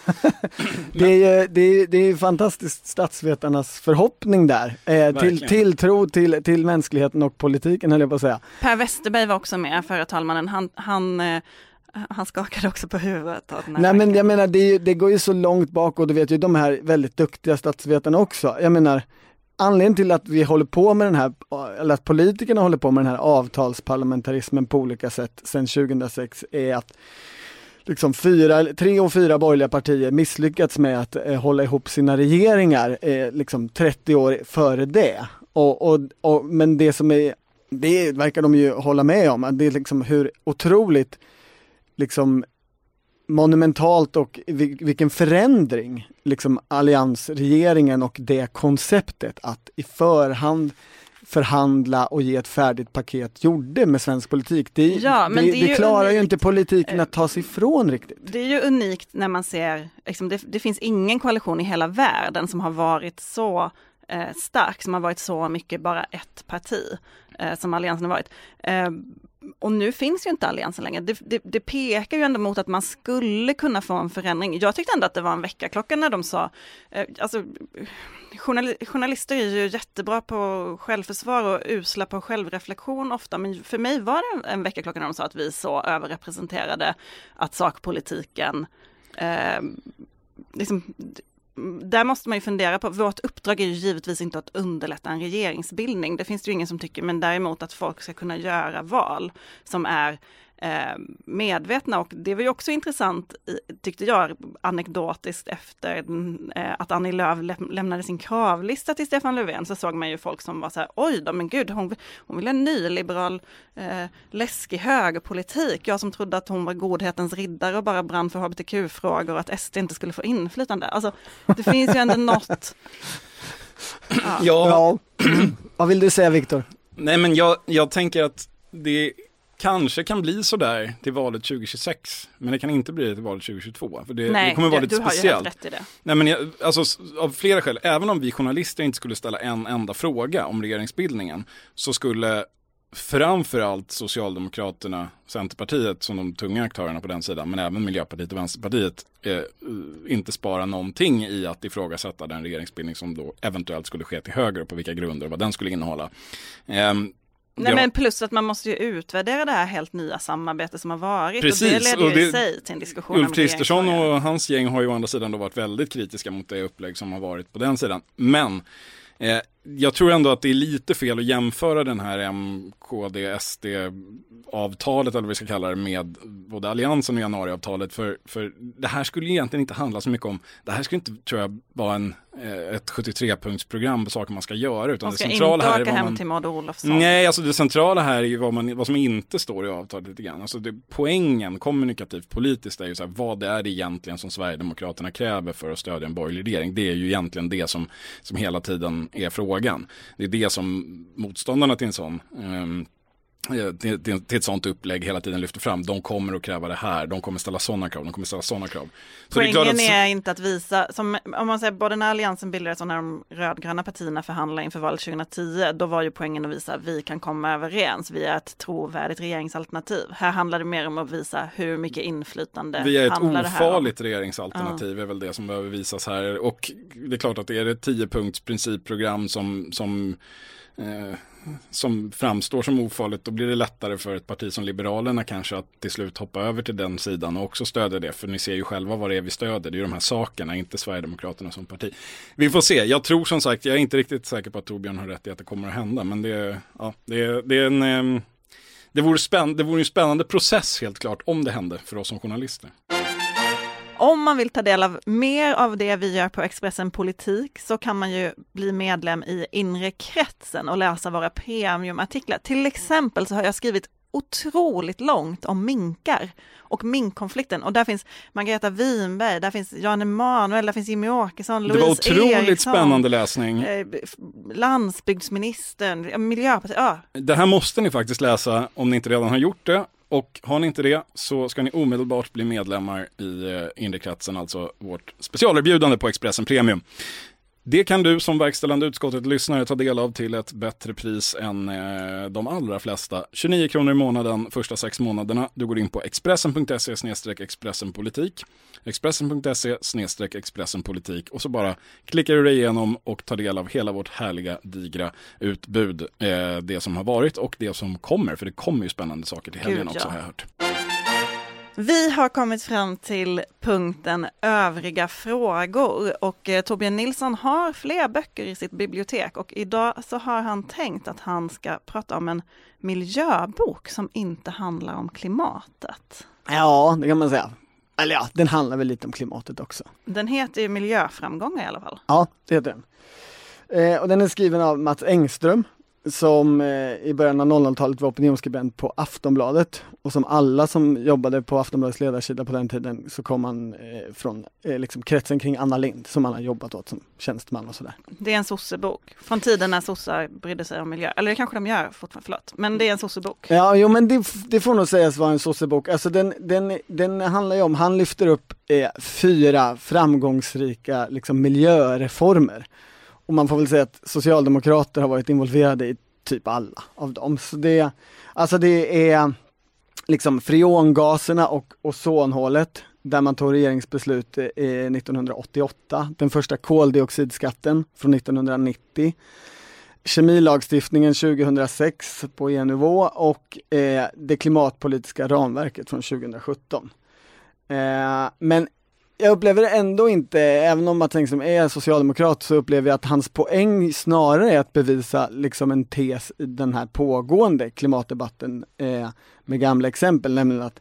det är ju det är, det är fantastiskt statsvetarnas förhoppning där. Eh, till, tilltro till, till mänskligheten och politiken, höll jag på att säga. Per Westerberg var också med, förra talmannen. Han, han, eh, han skakade också på huvudet. Nej, men jag menar, det, det går ju så långt bak, och du vet ju de här väldigt duktiga statsvetarna också. Jag menar, anledningen till att vi håller på med den här, eller att politikerna håller på med den här avtalsparlamentarismen på olika sätt sedan tjugohundrasex är att liksom fyra, tre och fyra borgerliga partier misslyckats med att eh, hålla ihop sina regeringar eh, liksom trettio år före det. Och, och, och, men det som är, det verkar de ju hålla med om, att det är liksom hur otroligt liksom monumentalt och vilken förändring liksom alliansregeringen och det konceptet att i förhand förhandla och ge ett färdigt paket gjorde med svensk politik. Det, ja, men det, det, det klarar unikt. Ju inte politiken att ta sig ifrån riktigt. Det är ju unikt när man ser, liksom, det, det finns ingen koalition i hela världen som har varit så eh, stark, som har varit så mycket bara ett parti eh, som alliansen har varit. Eh, och nu finns ju inte alliansen längre. Det, det, det pekar ju ändå mot att man skulle kunna få en förändring. Jag tyckte ändå att det var en väckarklocka när de sa, eh, alltså journal, journalister är ju jättebra på självförsvar och usla på självreflektion ofta, men för mig var det en väckarklocka när de sa att vi är så överrepresenterade att sakpolitiken eh, liksom, där måste man ju fundera på, vårt uppdrag är ju givetvis inte att underlätta en regeringsbildning, det finns det ju ingen som tycker, men däremot att folk ska kunna göra val som är eh, medvetna, och det var ju också intressant, tyckte jag, anekdotiskt efter eh, att Annie Lööf lä- lämnade sin kravlista till Stefan Löfven, så såg man ju folk som var så här, oj då, men gud, hon, hon vill ha en nyliberal eh, läskig högerpolitik, jag som trodde att hon var godhetens riddare och bara brann för H B T Q-frågor och att S D inte skulle få inflytande. Alltså, det finns ju ändå något. Ja. ja. Vad vill du säga, Viktor? Nej, men jag, jag tänker att det kanske kan bli så där till valet tjugohundratjugosex, men det kan inte bli det till valet tjugohundratjugotvå, för det, Nej, det kommer vara lite du har speciellt. Ju helt rätt i det. Nej, men jag, alltså, av flera skäl, även om vi journalister inte skulle ställa en enda fråga om regeringsbildningen, så skulle framförallt Socialdemokraterna, Centerpartiet som de tunga aktörerna på den sidan, men även Miljöpartiet och Vänsterpartiet eh, inte spara någonting i att ifrågasätta den regeringsbildning som då eventuellt skulle ske till höger och på vilka grunder och vad den skulle innehålla. Eh, Nej, men plus att man måste ju utvärdera det här helt nya samarbetet som har varit. Precis, och det leder ju och det, i sig till en diskussion Ulf om Kristersson och hans gäng har ju å andra sidan då varit väldigt kritiska mot det upplägg som har varit på den sidan. Men eh, jag tror ändå att det är lite fel att jämföra den här M K D S D-avtalet, eller vad vi ska kalla det, med både alliansen och januariavtalet. För, för det här skulle egentligen inte handla så mycket om, det här skulle inte, tror jag, vara en, ett sjuttiotre-punktsprogram på saker man ska göra. Utan man ska det centrala inte här åka är hem man, till Maud Olofsson. Nej, alltså det centrala här är ju vad, man, vad som inte står i avtalet lite grann. Alltså det, poängen kommunikativt politiskt är ju så här, vad är det egentligen som Sverigedemokraterna kräver för att stödja en borgerlig regering? Det är ju egentligen det som, som hela tiden är frågan. Det är det som motståndarna till en sån um, till, till, till ett sånt upplägg hela tiden lyfter fram. De kommer att kräva det här, de kommer ställa sådana krav, de kommer ställa sådana krav. Så Poängen det är, att... är inte att visa, som, om man säger både när alliansen bildades och när de rödgröna partierna förhandlade inför valet tjugohundratio, då var ju poängen att visa att vi kan komma överens, vi är ett trovärdigt regeringsalternativ. Här handlar det mer om att visa hur mycket inflytande vi är ett handlar det här om. ofarligt regeringsalternativ, ja. Är väl det som behöver visas här. Och det är klart att det är ett tio-punkts principprogram som, som eh, som framstår som ofarligt, då blir det lättare för ett parti som Liberalerna kanske att till slut hoppa över till den sidan och också stödja det, för ni ser ju själva vad det är vi stöder, det är ju de här sakerna, inte Sverigedemokraterna som parti. Vi får se, jag tror som sagt, jag är inte riktigt säker på att Torbjörn har rätt i att det kommer att hända, men det, ja, det, det är en det vore, spänn, det vore en spännande process helt klart om det hände för oss som journalister. Om man vill ta del av mer av det vi gör på Expressen Politik så kan man ju bli medlem i inre kretsen och läsa våra premiumartiklar. Till exempel så har jag skrivit otroligt långt om minkar och minkkonflikten. Och där finns Margareta Winberg, där finns Jan Emanuel, där finns Jimmy Åkesson, Louise Eriksson. Det var otroligt Eriksson, spännande läsning. Eh, landsbygdsministern, Miljöpartiet. Ja. Det här måste ni faktiskt läsa om ni inte redan har gjort det. Och har ni inte det så ska ni omedelbart bli medlemmar i eh, inre kretsen, alltså vårt specialerbjudande på Expressen Premium. Det kan du som verkställande utskottet lyssnare ta del av till ett bättre pris än eh, de allra flesta. tjugonio kronor i månaden första sex månaderna. Du går in på expressen punkt se slash expressenpolitik. expressen punkt se slash expressenpolitik och så bara klickar du dig igenom och tar del av hela vårt härliga, digra utbud. Eh, det som har varit och det som kommer, för det kommer ju spännande saker till helgen. Gud, också, ja. Har jag hört. Vi har kommit fram till punkten övriga frågor och eh, Torbjörn Nilsson har fler böcker i sitt bibliotek och idag så har han tänkt att han ska prata om en miljöbok som inte handlar om klimatet. Ja, det kan man säga. Eller ja, den handlar väl lite om klimatet också. Den heter ju Miljöframgångar i alla fall. Ja, det heter den. Eh, och den är skriven av Mats Engström, som eh, i början av noll noll-talet var opinionsskribent på Aftonbladet och som alla som jobbade på Aftonbladets ledarsida på den tiden så kom man eh, från eh, liksom kretsen kring Anna Lindh som man har jobbat åt som tjänsteman och sådär. Det är en sossebok från tiden när sossar brydde sig om miljö. Eller det kanske de gör fortfarande, förlåt. Men det är en sossebok. Ja, jo, men det, det får nog sägas vara en sossebok. Alltså den, den, den handlar ju om, han lyfter upp eh, fyra framgångsrika liksom, miljöreformer. Och man får väl säga att socialdemokrater har varit involverade i typ alla av dem. Så det, alltså det är liksom freongaserna och ozonhålet där man tog regeringsbeslut eh, nittonhundraåttioåtta. Den första koldioxidskatten från nittonhundranittio. Kemilagstiftningen tjugohundrasex på E U-nivå och eh, det klimatpolitiska ramverket från tjugosjutton. Eh, men jag upplever det ändå inte, även om Mats Engström är socialdemokrat, så upplever jag att hans poäng snarare är att bevisa liksom en tes i den här pågående klimatdebatten eh, med gamla exempel, nämligen att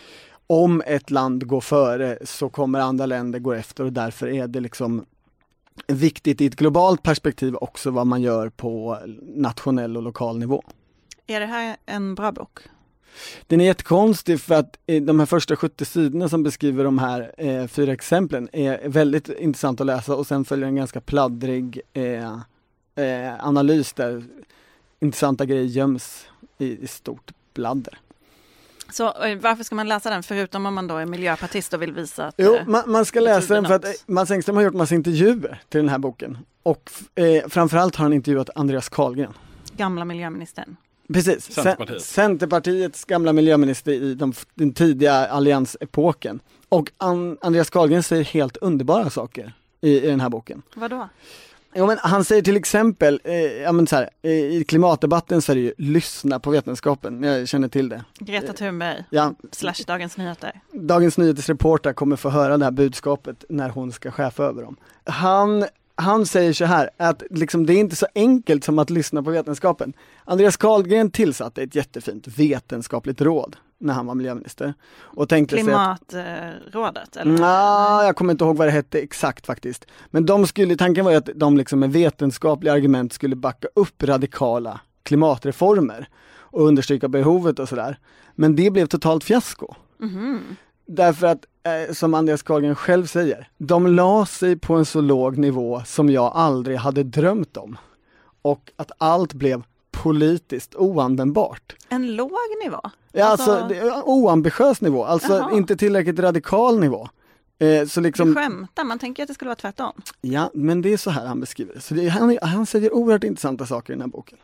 om ett land går före så kommer andra länder gå efter och därför är det liksom viktigt i ett globalt perspektiv också vad man gör på nationell och lokal nivå. Är det här en bra bok? Den är jättekonstig för att de här första sjuttio sidorna som beskriver de här eh, fyra exemplen är väldigt intressant att läsa och sen följer en ganska pladdrig eh, eh, analys där intressanta grejer göms i, i stort bladder. Så varför ska man läsa den förutom om man då är miljöpartist och vill visa att... Jo, man, man ska läsa den för att Mats Engström har gjort massa intervjuer till den här boken och eh, framförallt har han intervjuat Andreas Carlgren. Gamla miljöministern. Precis, Centerpartiet. Centerpartiets gamla miljöminister i de, den tidiga alliansepoken. Och An- Andreas Carlgren säger helt underbara saker i, i den här boken. Vadå? Jo, men han säger till exempel, eh, ja, men så här, eh, i klimatdebatten så är det ju lyssna på vetenskapen, jag känner till det. Greta Thunberg, ja. slash Dagens Nyheter. Dagens Nyheters reporter kommer få höra det här budskapet när hon ska chefa över dem. Han... Han säger så här, att liksom det är inte så enkelt som att lyssna på vetenskapen. Andreas Carlgren tillsatte ett jättefint vetenskapligt råd när han var miljöminister. Och tänkte Klimatrådet? Eller? Nej, jag kommer inte ihåg vad det hette exakt faktiskt. Men de skulle, tanken var ju att de liksom med vetenskapliga argument skulle backa upp radikala klimatreformer och understryka behovet och sådär. Men det blev totalt fiasko. Mm-hmm. Därför att, eh, som Andreas Carlgren själv säger, de la sig på en så låg nivå som jag aldrig hade drömt om. Och att allt blev politiskt oanvändbart. En låg nivå? Ja, alltså, alltså det, oambitiös nivå. Alltså Jaha. Inte tillräckligt radikal nivå. Eh, så liksom, du skämtar, man tänker att det skulle vara tvärtom. Ja, men det är så här han beskriver det. Så det, han, han säger oerhört intressanta saker i den här boken.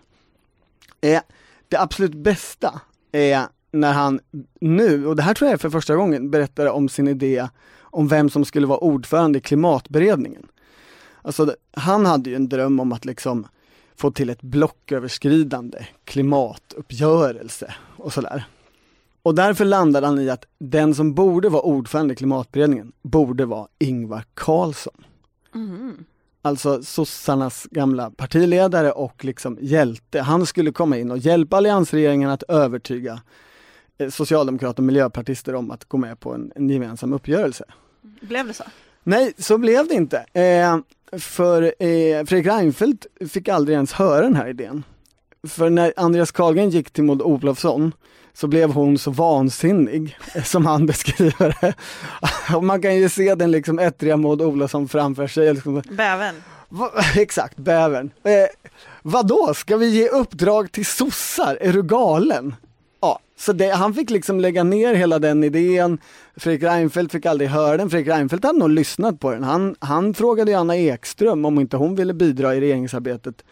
Eh, det absolut bästa är när han nu, och det här tror jag är för första gången, berättar om sin idé om vem som skulle vara ordförande i klimatberedningen. Alltså, han hade ju en dröm om att liksom få till ett blocköverskridande klimatuppgörelse och sådär. Och därför landade han i att den som borde vara ordförande i klimatberedningen borde vara Ingvar Carlsson. Mm. Alltså sossarnas gamla partiledare och liksom hjälte. Han skulle komma in och hjälpa alliansregeringen att övertyga socialdemokrater och miljöpartister om att gå med på en, en gemensam uppgörelse. Blev det så? Nej, så blev det inte. Eh, för eh, Fredrik Reinfeldt fick aldrig ens höra den här idén. För när Andreas Carlgren gick till Maud Olofsson så blev hon så vansinnig som han beskriver det. Och man kan ju se den liksom ettriga Maud Olofsson framför sig. Liksom, bäven. Va, exakt, bäven. Eh, vadå? Ska vi ge uppdrag till sossar? Är du galen? Ja, så det, han fick liksom lägga ner hela den idén. Fredrik Reinfeldt fick aldrig höra den. Fredrik Reinfeldt hade nog lyssnat på den. Han, han frågade Anna Ekström om inte hon ville bidra i regeringsarbetet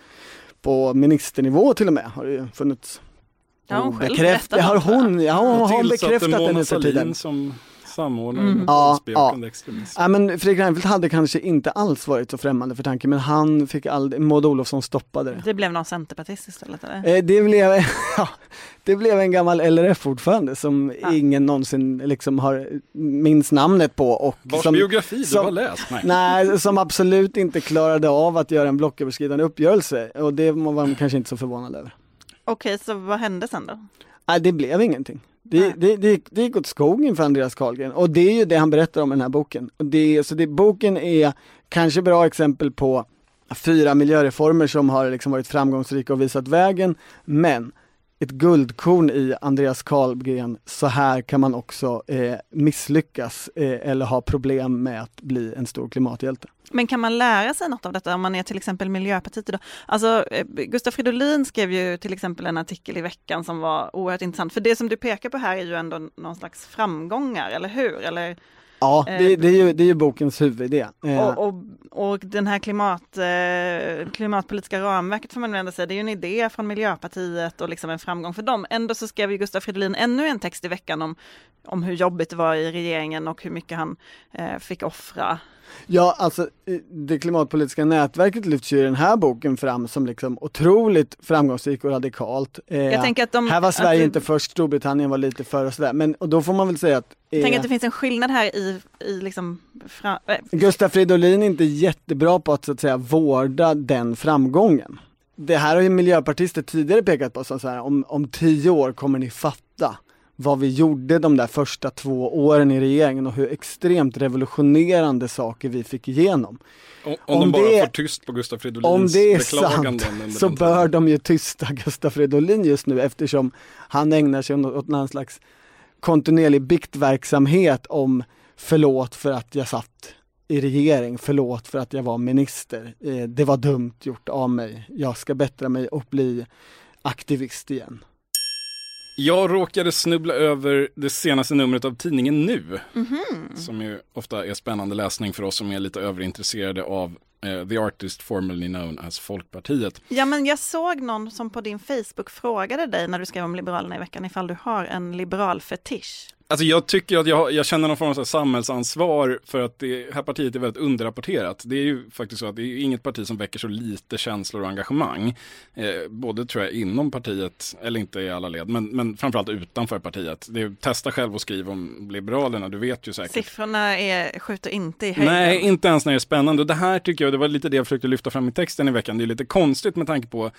på ministernivå till och med. Har det ju funnits. Ja, hon själv Bekräft, har hon, ja, hon har bekräftat den nu för tiden. Som samordnare mm. ja, ja. ja, men Fredrik Reinfeldt hade kanske inte alls varit så främmande för tanken, men han fick aldrig, Maud Olofsson stoppade det. Det blev någon centerpartist istället, eller? Eh, det, blev, ja, det blev en gammal L R F-ordförande som ja. ingen någonsin liksom har minns namnet på. Och vars som, biografi som, du har läst? Nej. nej, som absolut inte klarade av att göra en blocköverskridande uppgörelse. Och det var man kanske inte så förvånad över. Okej, så vad hände sen då? Nej, det blev ingenting. Det, det, det, det gick åt skogen för Andreas Carlgren. Och det är ju det han berättar om i den här boken. Och det, så det, boken är kanske bra exempel på fyra miljöreformer som har liksom varit framgångsrika och visat vägen. Men ett guldkorn i Andreas Carlgren, så här kan man också eh, misslyckas eh, eller ha problem med att bli en stor klimathjälte. Men kan man lära sig något av detta om man är till exempel Miljöpartiet idag? Alltså, eh, Gustav Fridolin skrev ju till exempel en artikel i veckan som var oerhört intressant. För det som du pekar på här är ju ändå någon slags framgångar, eller hur? Eller... Ja, det, det, är ju, det är ju bokens huvudidé. Och, och, och den här klimat, eh, klimatpolitiska ramverket får man ändå säga, det är ju en idé från Miljöpartiet och liksom en framgång för dem. Ändå så skrev ju Gustav Fridolin ännu en text i veckan om, om hur jobbigt det var i regeringen och hur mycket han eh, fick offra. Ja, alltså det klimatpolitiska nätverket lyfts ju i den här boken fram som liksom otroligt framgångsrikt och radikalt. Eh, jag tänker att de, här var Sverige att, inte först, Storbritannien var lite före och sådär. Men och då får man väl säga att... Eh, tänk att det finns en skillnad här i, i liksom... Fra, äh. Gustav Fridolin är inte jättebra på att så att säga vårda den framgången. Det här har ju miljöpartister tidigare pekat på som så här, om, om tio år kommer ni fatta vad vi gjorde de där första två åren i regeringen och hur extremt revolutionerande saker vi fick igenom. Om, om, om de bara det, får tyst på Gustav Fridolins om det är sant, så bör de ju tysta Gustav Fridolin just nu, eftersom han ägnar sig åt någon slags kontinuerlig biktverksamhet om förlåt för att jag satt i regering, förlåt för att jag var minister. Eh, det var dumt gjort av mig. Jag ska bättra mig och bli aktivist igen. Jag råkade snubbla över det senaste numret av tidningen Nu, mm-hmm. som ju ofta är spännande läsning för oss som är lite överintresserade av eh, The Artist formerly known as Folkpartiet. Ja, men jag såg någon som på din Facebook frågade dig när du skrev om Liberalerna i veckan ifall du har en liberal fetisch. Alltså jag tycker att jag, jag känner någon form av så här samhällsansvar för att det här partiet är väldigt underrapporterat. Det är ju faktiskt så att det är inget parti som väcker så lite känslor och engagemang. Eh, både tror jag inom partiet, eller inte i alla led, men, men framförallt utanför partiet. Det är, testa själv och skriv om Liberalerna, du vet ju säkert. Siffrorna är, skjuter inte i höjden. Nej, inte ens när det är spännande. Och det här tycker jag, det var lite det jag försökte lyfta fram i texten i veckan. Det är lite konstigt med tanke på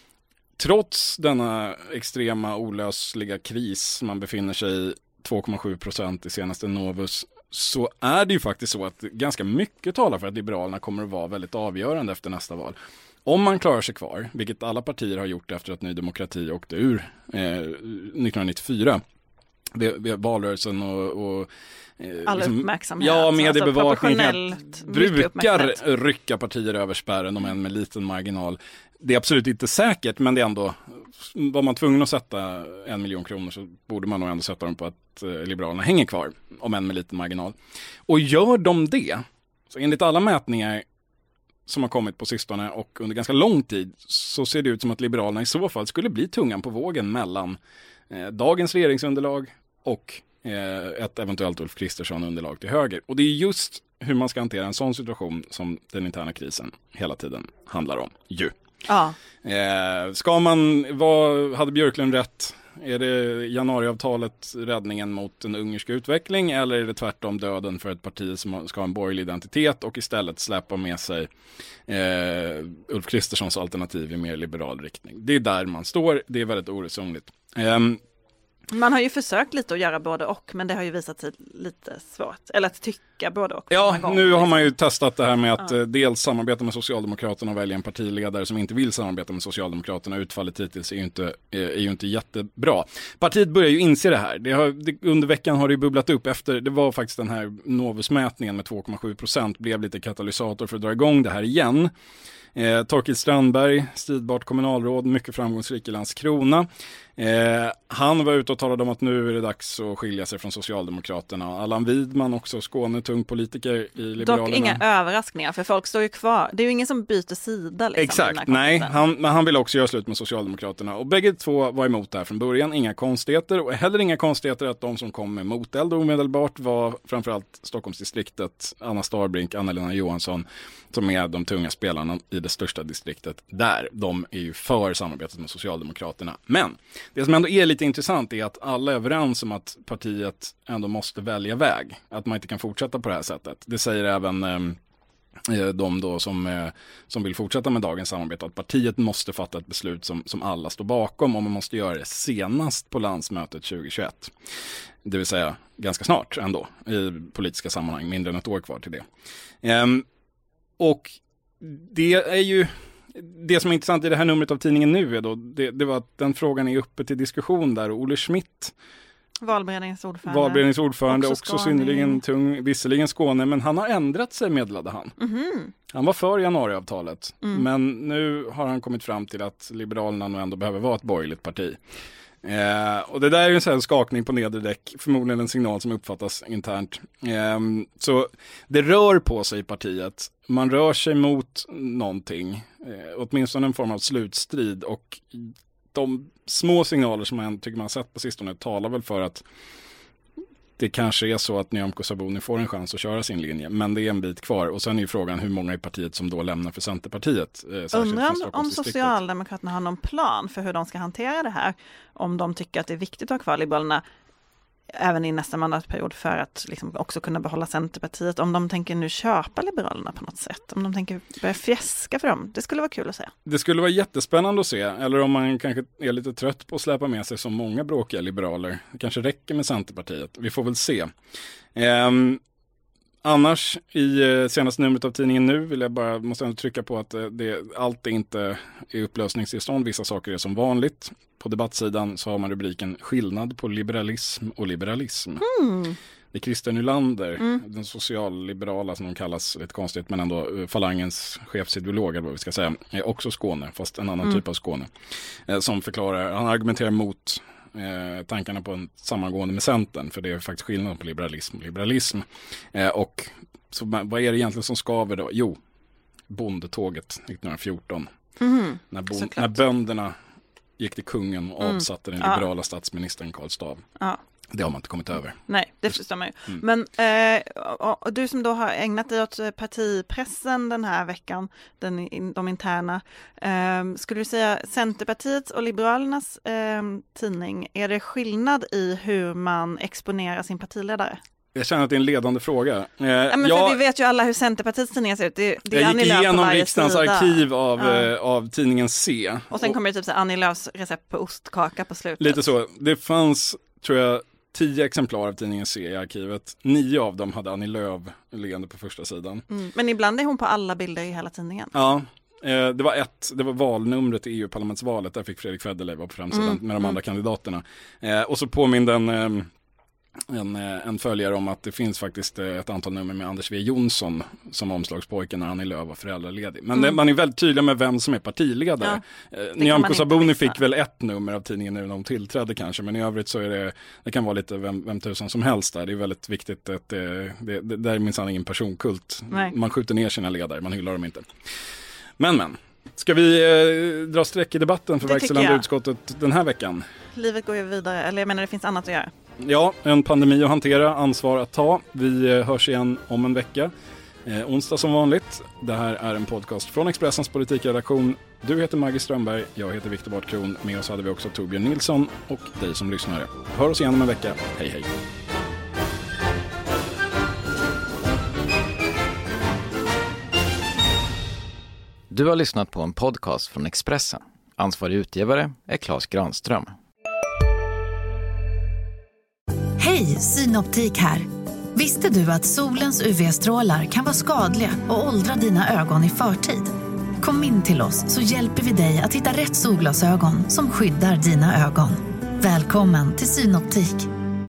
trots denna extrema olösliga kris man befinner sig i, två komma sju procent i senaste Novus, så är det ju faktiskt så att ganska mycket talar för att Liberalerna kommer att vara väldigt avgörande efter nästa val. Om man klarar sig kvar, vilket alla partier har gjort efter att Ny Demokrati åkte ur eh, nittonhundranittiofyra, det, det, valrörelsen och, och eh, all liksom, uppmärksamhet. Ja, mediebevakning alltså, brukar rycka partier över spärren, om än med liten marginal. Det är absolut inte säkert, men det är ändå, var man tvungen att sätta en miljon kronor så borde man nog ändå sätta dem på att eh, Liberalerna hänger kvar, om än med liten marginal. Och gör de det, så enligt alla mätningar som har kommit på sistone och under ganska lång tid, så ser det ut som att Liberalerna i så fall skulle bli tungan på vågen mellan eh, dagens regeringsunderlag och eh, ett eventuellt Ulf Kristersson-underlag till höger. Och det är just hur man ska hantera en sån situation som den interna krisen hela tiden handlar om. Ju. Ja. Eh, ska man, vad, hade Björklund rätt? Är det januariavtalet räddningen mot en ungersk utveckling, eller är det tvärtom döden för ett parti som ska ha en borgerlig identitet och istället släppa med sig eh, Ulf Kristerssons alternativ i mer liberal riktning? Det är där man står, det är väldigt oresonligt. Eh, Man har ju försökt lite att göra både och, men det har ju visat sig lite svårt. Eller att tycka funkar både och. Ja, gång, nu liksom. har man ju testat det här med att ja. dels samarbeta med Socialdemokraterna och välja en partiledare som inte vill samarbeta med Socialdemokraterna. Utfallet hittills är ju inte, är ju inte jättebra. Partiet börjar ju inse det här. Det har, det, under veckan har det ju bubblat upp efter, det var faktiskt den här Novusmätningen med två komma sju procent blev lite katalysator för att dra igång det här igen. Eh, Torkild Strandberg, stridbart kommunalråd, mycket framgångsrik i Landskrona. Eh, han var ute och talade om att nu är det dags att skilja sig från Socialdemokraterna. Allan Widman, också Skåne, tung politiker i Liberalerna. Dock inga överraskningar, för folk står ju kvar. Det är ju ingen som byter sida. Liksom, exakt, nej. Han, men han vill också göra slut med Socialdemokraterna. Och bägge två var emot det här från början. Inga konstigheter. Och heller inga konstigheter att de som kom med moteld omedelbart var framförallt Stockholmsdistriktet, Anna Starbrink, Anna-Lena Johansson, som är de tunga spelarna i det största distriktet där. De är ju för samarbetet med Socialdemokraterna. Men det som ändå är lite intressant är att alla är överens om att partiet ändå måste välja väg. Att man inte kan fortsätta på det här sättet. Det säger även eh, de då som, eh, som vill fortsätta med dagens samarbete. Att partiet måste fatta ett beslut som, som alla står bakom, och man måste göra det senast på landsmötet tjugohundratjugoett. Det vill säga ganska snart ändå i politiska sammanhang, mindre än ett år kvar till det. Ehm, och det är ju... Det som är intressant i det här numret av tidningen nu är då, det, det var att den frågan är uppe till diskussion där, och Olle Schmidt, valberedningens ordförande, valberedningens ordförande också, också synnerligen tung, visserligen Skåne, men han har ändrat sig, meddelade han. Mm-hmm. Han var för januariavtalet, mm. men nu har han kommit fram till att Liberalerna nog ändå behöver vara ett borgerligt parti. Eh, och det där är ju en sån här skakning på nedre däck, förmodligen en signal som uppfattas internt. Eh, så det rör på sig i partiet. Man rör sig mot någonting, eh, åtminstone en form av slutstrid, och de små signaler som man tycker man har sett på sistone talar väl för att det kanske är så att Nyamko Sabuni får en chans att köra sin linje, men det är en bit kvar. Och sen är ju frågan hur många i partiet som då lämnar för Centerpartiet. Eh, Undrar om Socialdemokraterna har någon plan för hur de ska hantera det här. Om de tycker att det är viktigt att ha kvar Liberalerna även i nästa mandatperiod för att liksom också kunna behålla Centerpartiet. Om de tänker nu köpa Liberalerna på något sätt. Om de tänker börja fjäska för dem. Det skulle vara kul att se. Det skulle vara jättespännande att se. Eller om man kanske är lite trött på att släppa med sig så många bråkiga liberaler. Det kanske räcker med Centerpartiet. Vi får väl se. Ehm, annars i eh, senaste numret av tidningen nu vill jag bara, måste jag trycka på att eh, det, allt är inte i upplösningstillstånd. Vissa saker är som vanligt. På debattsidan så har man rubriken skillnad på liberalism och liberalism. Mm. Det är Christer Nylander, mm. den socialliberala som de kallas, lite konstigt, men ändå falangens chefsideolog, eller vad vi ska säga, är också Skåne, fast en annan mm. typ av Skåne. Eh, som förklarar, han argumenterar mot eh, tankarna på en samangående med Centern, för det är faktiskt skillnad på liberalism och liberalism. Eh, och så, vad är det egentligen som skaver då? Jo, bondetåget nittonhundrafjorton. Mm. När, bon- när bönderna gick till kungen och avsatte mm. den liberala ja. statsministern Karl Stav. Ja. Det har man inte kommit över. Nej, det förstår man ju. Mm. Men eh, och, och du som då har ägnat dig åt partipressen den här veckan, den, de interna, eh, skulle du säga Centerpartiets och Liberalernas eh, tidning, är det skillnad i hur man exponerar sin partiledare? Jag känner att det är en ledande fråga. Eh, ja, men jag, vi vet ju alla hur Centerpartiets tidningar ser ut. Det, det är jag gick igenom riksdagens sida. arkiv av, ja. eh, av tidningen C. Och sen kommer det typ så Annie Lööfs recept på ostkaka på slutet. Lite så. Det fanns, tror jag, tio exemplar av tidningen C i arkivet. Nio av dem hade Annie Lööf leende på första sidan. Mm. Men ibland är hon på alla bilder i hela tidningen. Ja. Eh, det var ett, det var valnumret i E U-parlamentsvalet. Där fick Fredrik Federley vara på framsidan mm. med de mm. andra kandidaterna. Eh, och så påminde en... Eh, En, en följare om att det finns faktiskt ett antal nummer med Anders W. Jonsson som omslagspojken när Annie Lööf var föräldraledig. Men mm. det, man är väldigt tydlig med vem som är partiledare. Ja, eh, Nyamko Sabuni fick väl ett nummer av tidningen nu när de tillträdde kanske, men i övrigt så är det, det kan vara lite vem, vem tusan som helst där. Det är väldigt viktigt att det, det, det där är minsann ingen personkult. Nej. Man skjuter ner sina ledare, man hyllar dem inte. Men men, ska vi eh, dra streck i debatten för verkställande utskottet den här veckan? Livet går ju vidare, eller jag menar det finns annat att göra. Ja, en pandemi att hantera, ansvar att ta. Vi hörs igen om en vecka. Eh, onsdag som vanligt. Det här är en podcast från Expressens politikredaktion. Du heter Maggie Strömberg, jag heter Viktor Bartkron. Med oss hade vi också Torbjörn Nilsson och dig som lyssnare. Hör oss igen om en vecka. Hej hej. Du har lyssnat på en podcast från Expressen. Ansvarig utgivare är Claes Granström. Hej, Synoptik här. Visste du att solens U V-strålar kan vara skadliga och åldra dina ögon i förtid? Kom in till oss så hjälper vi dig att hitta rätt solglasögon som skyddar dina ögon. Välkommen till Synoptik.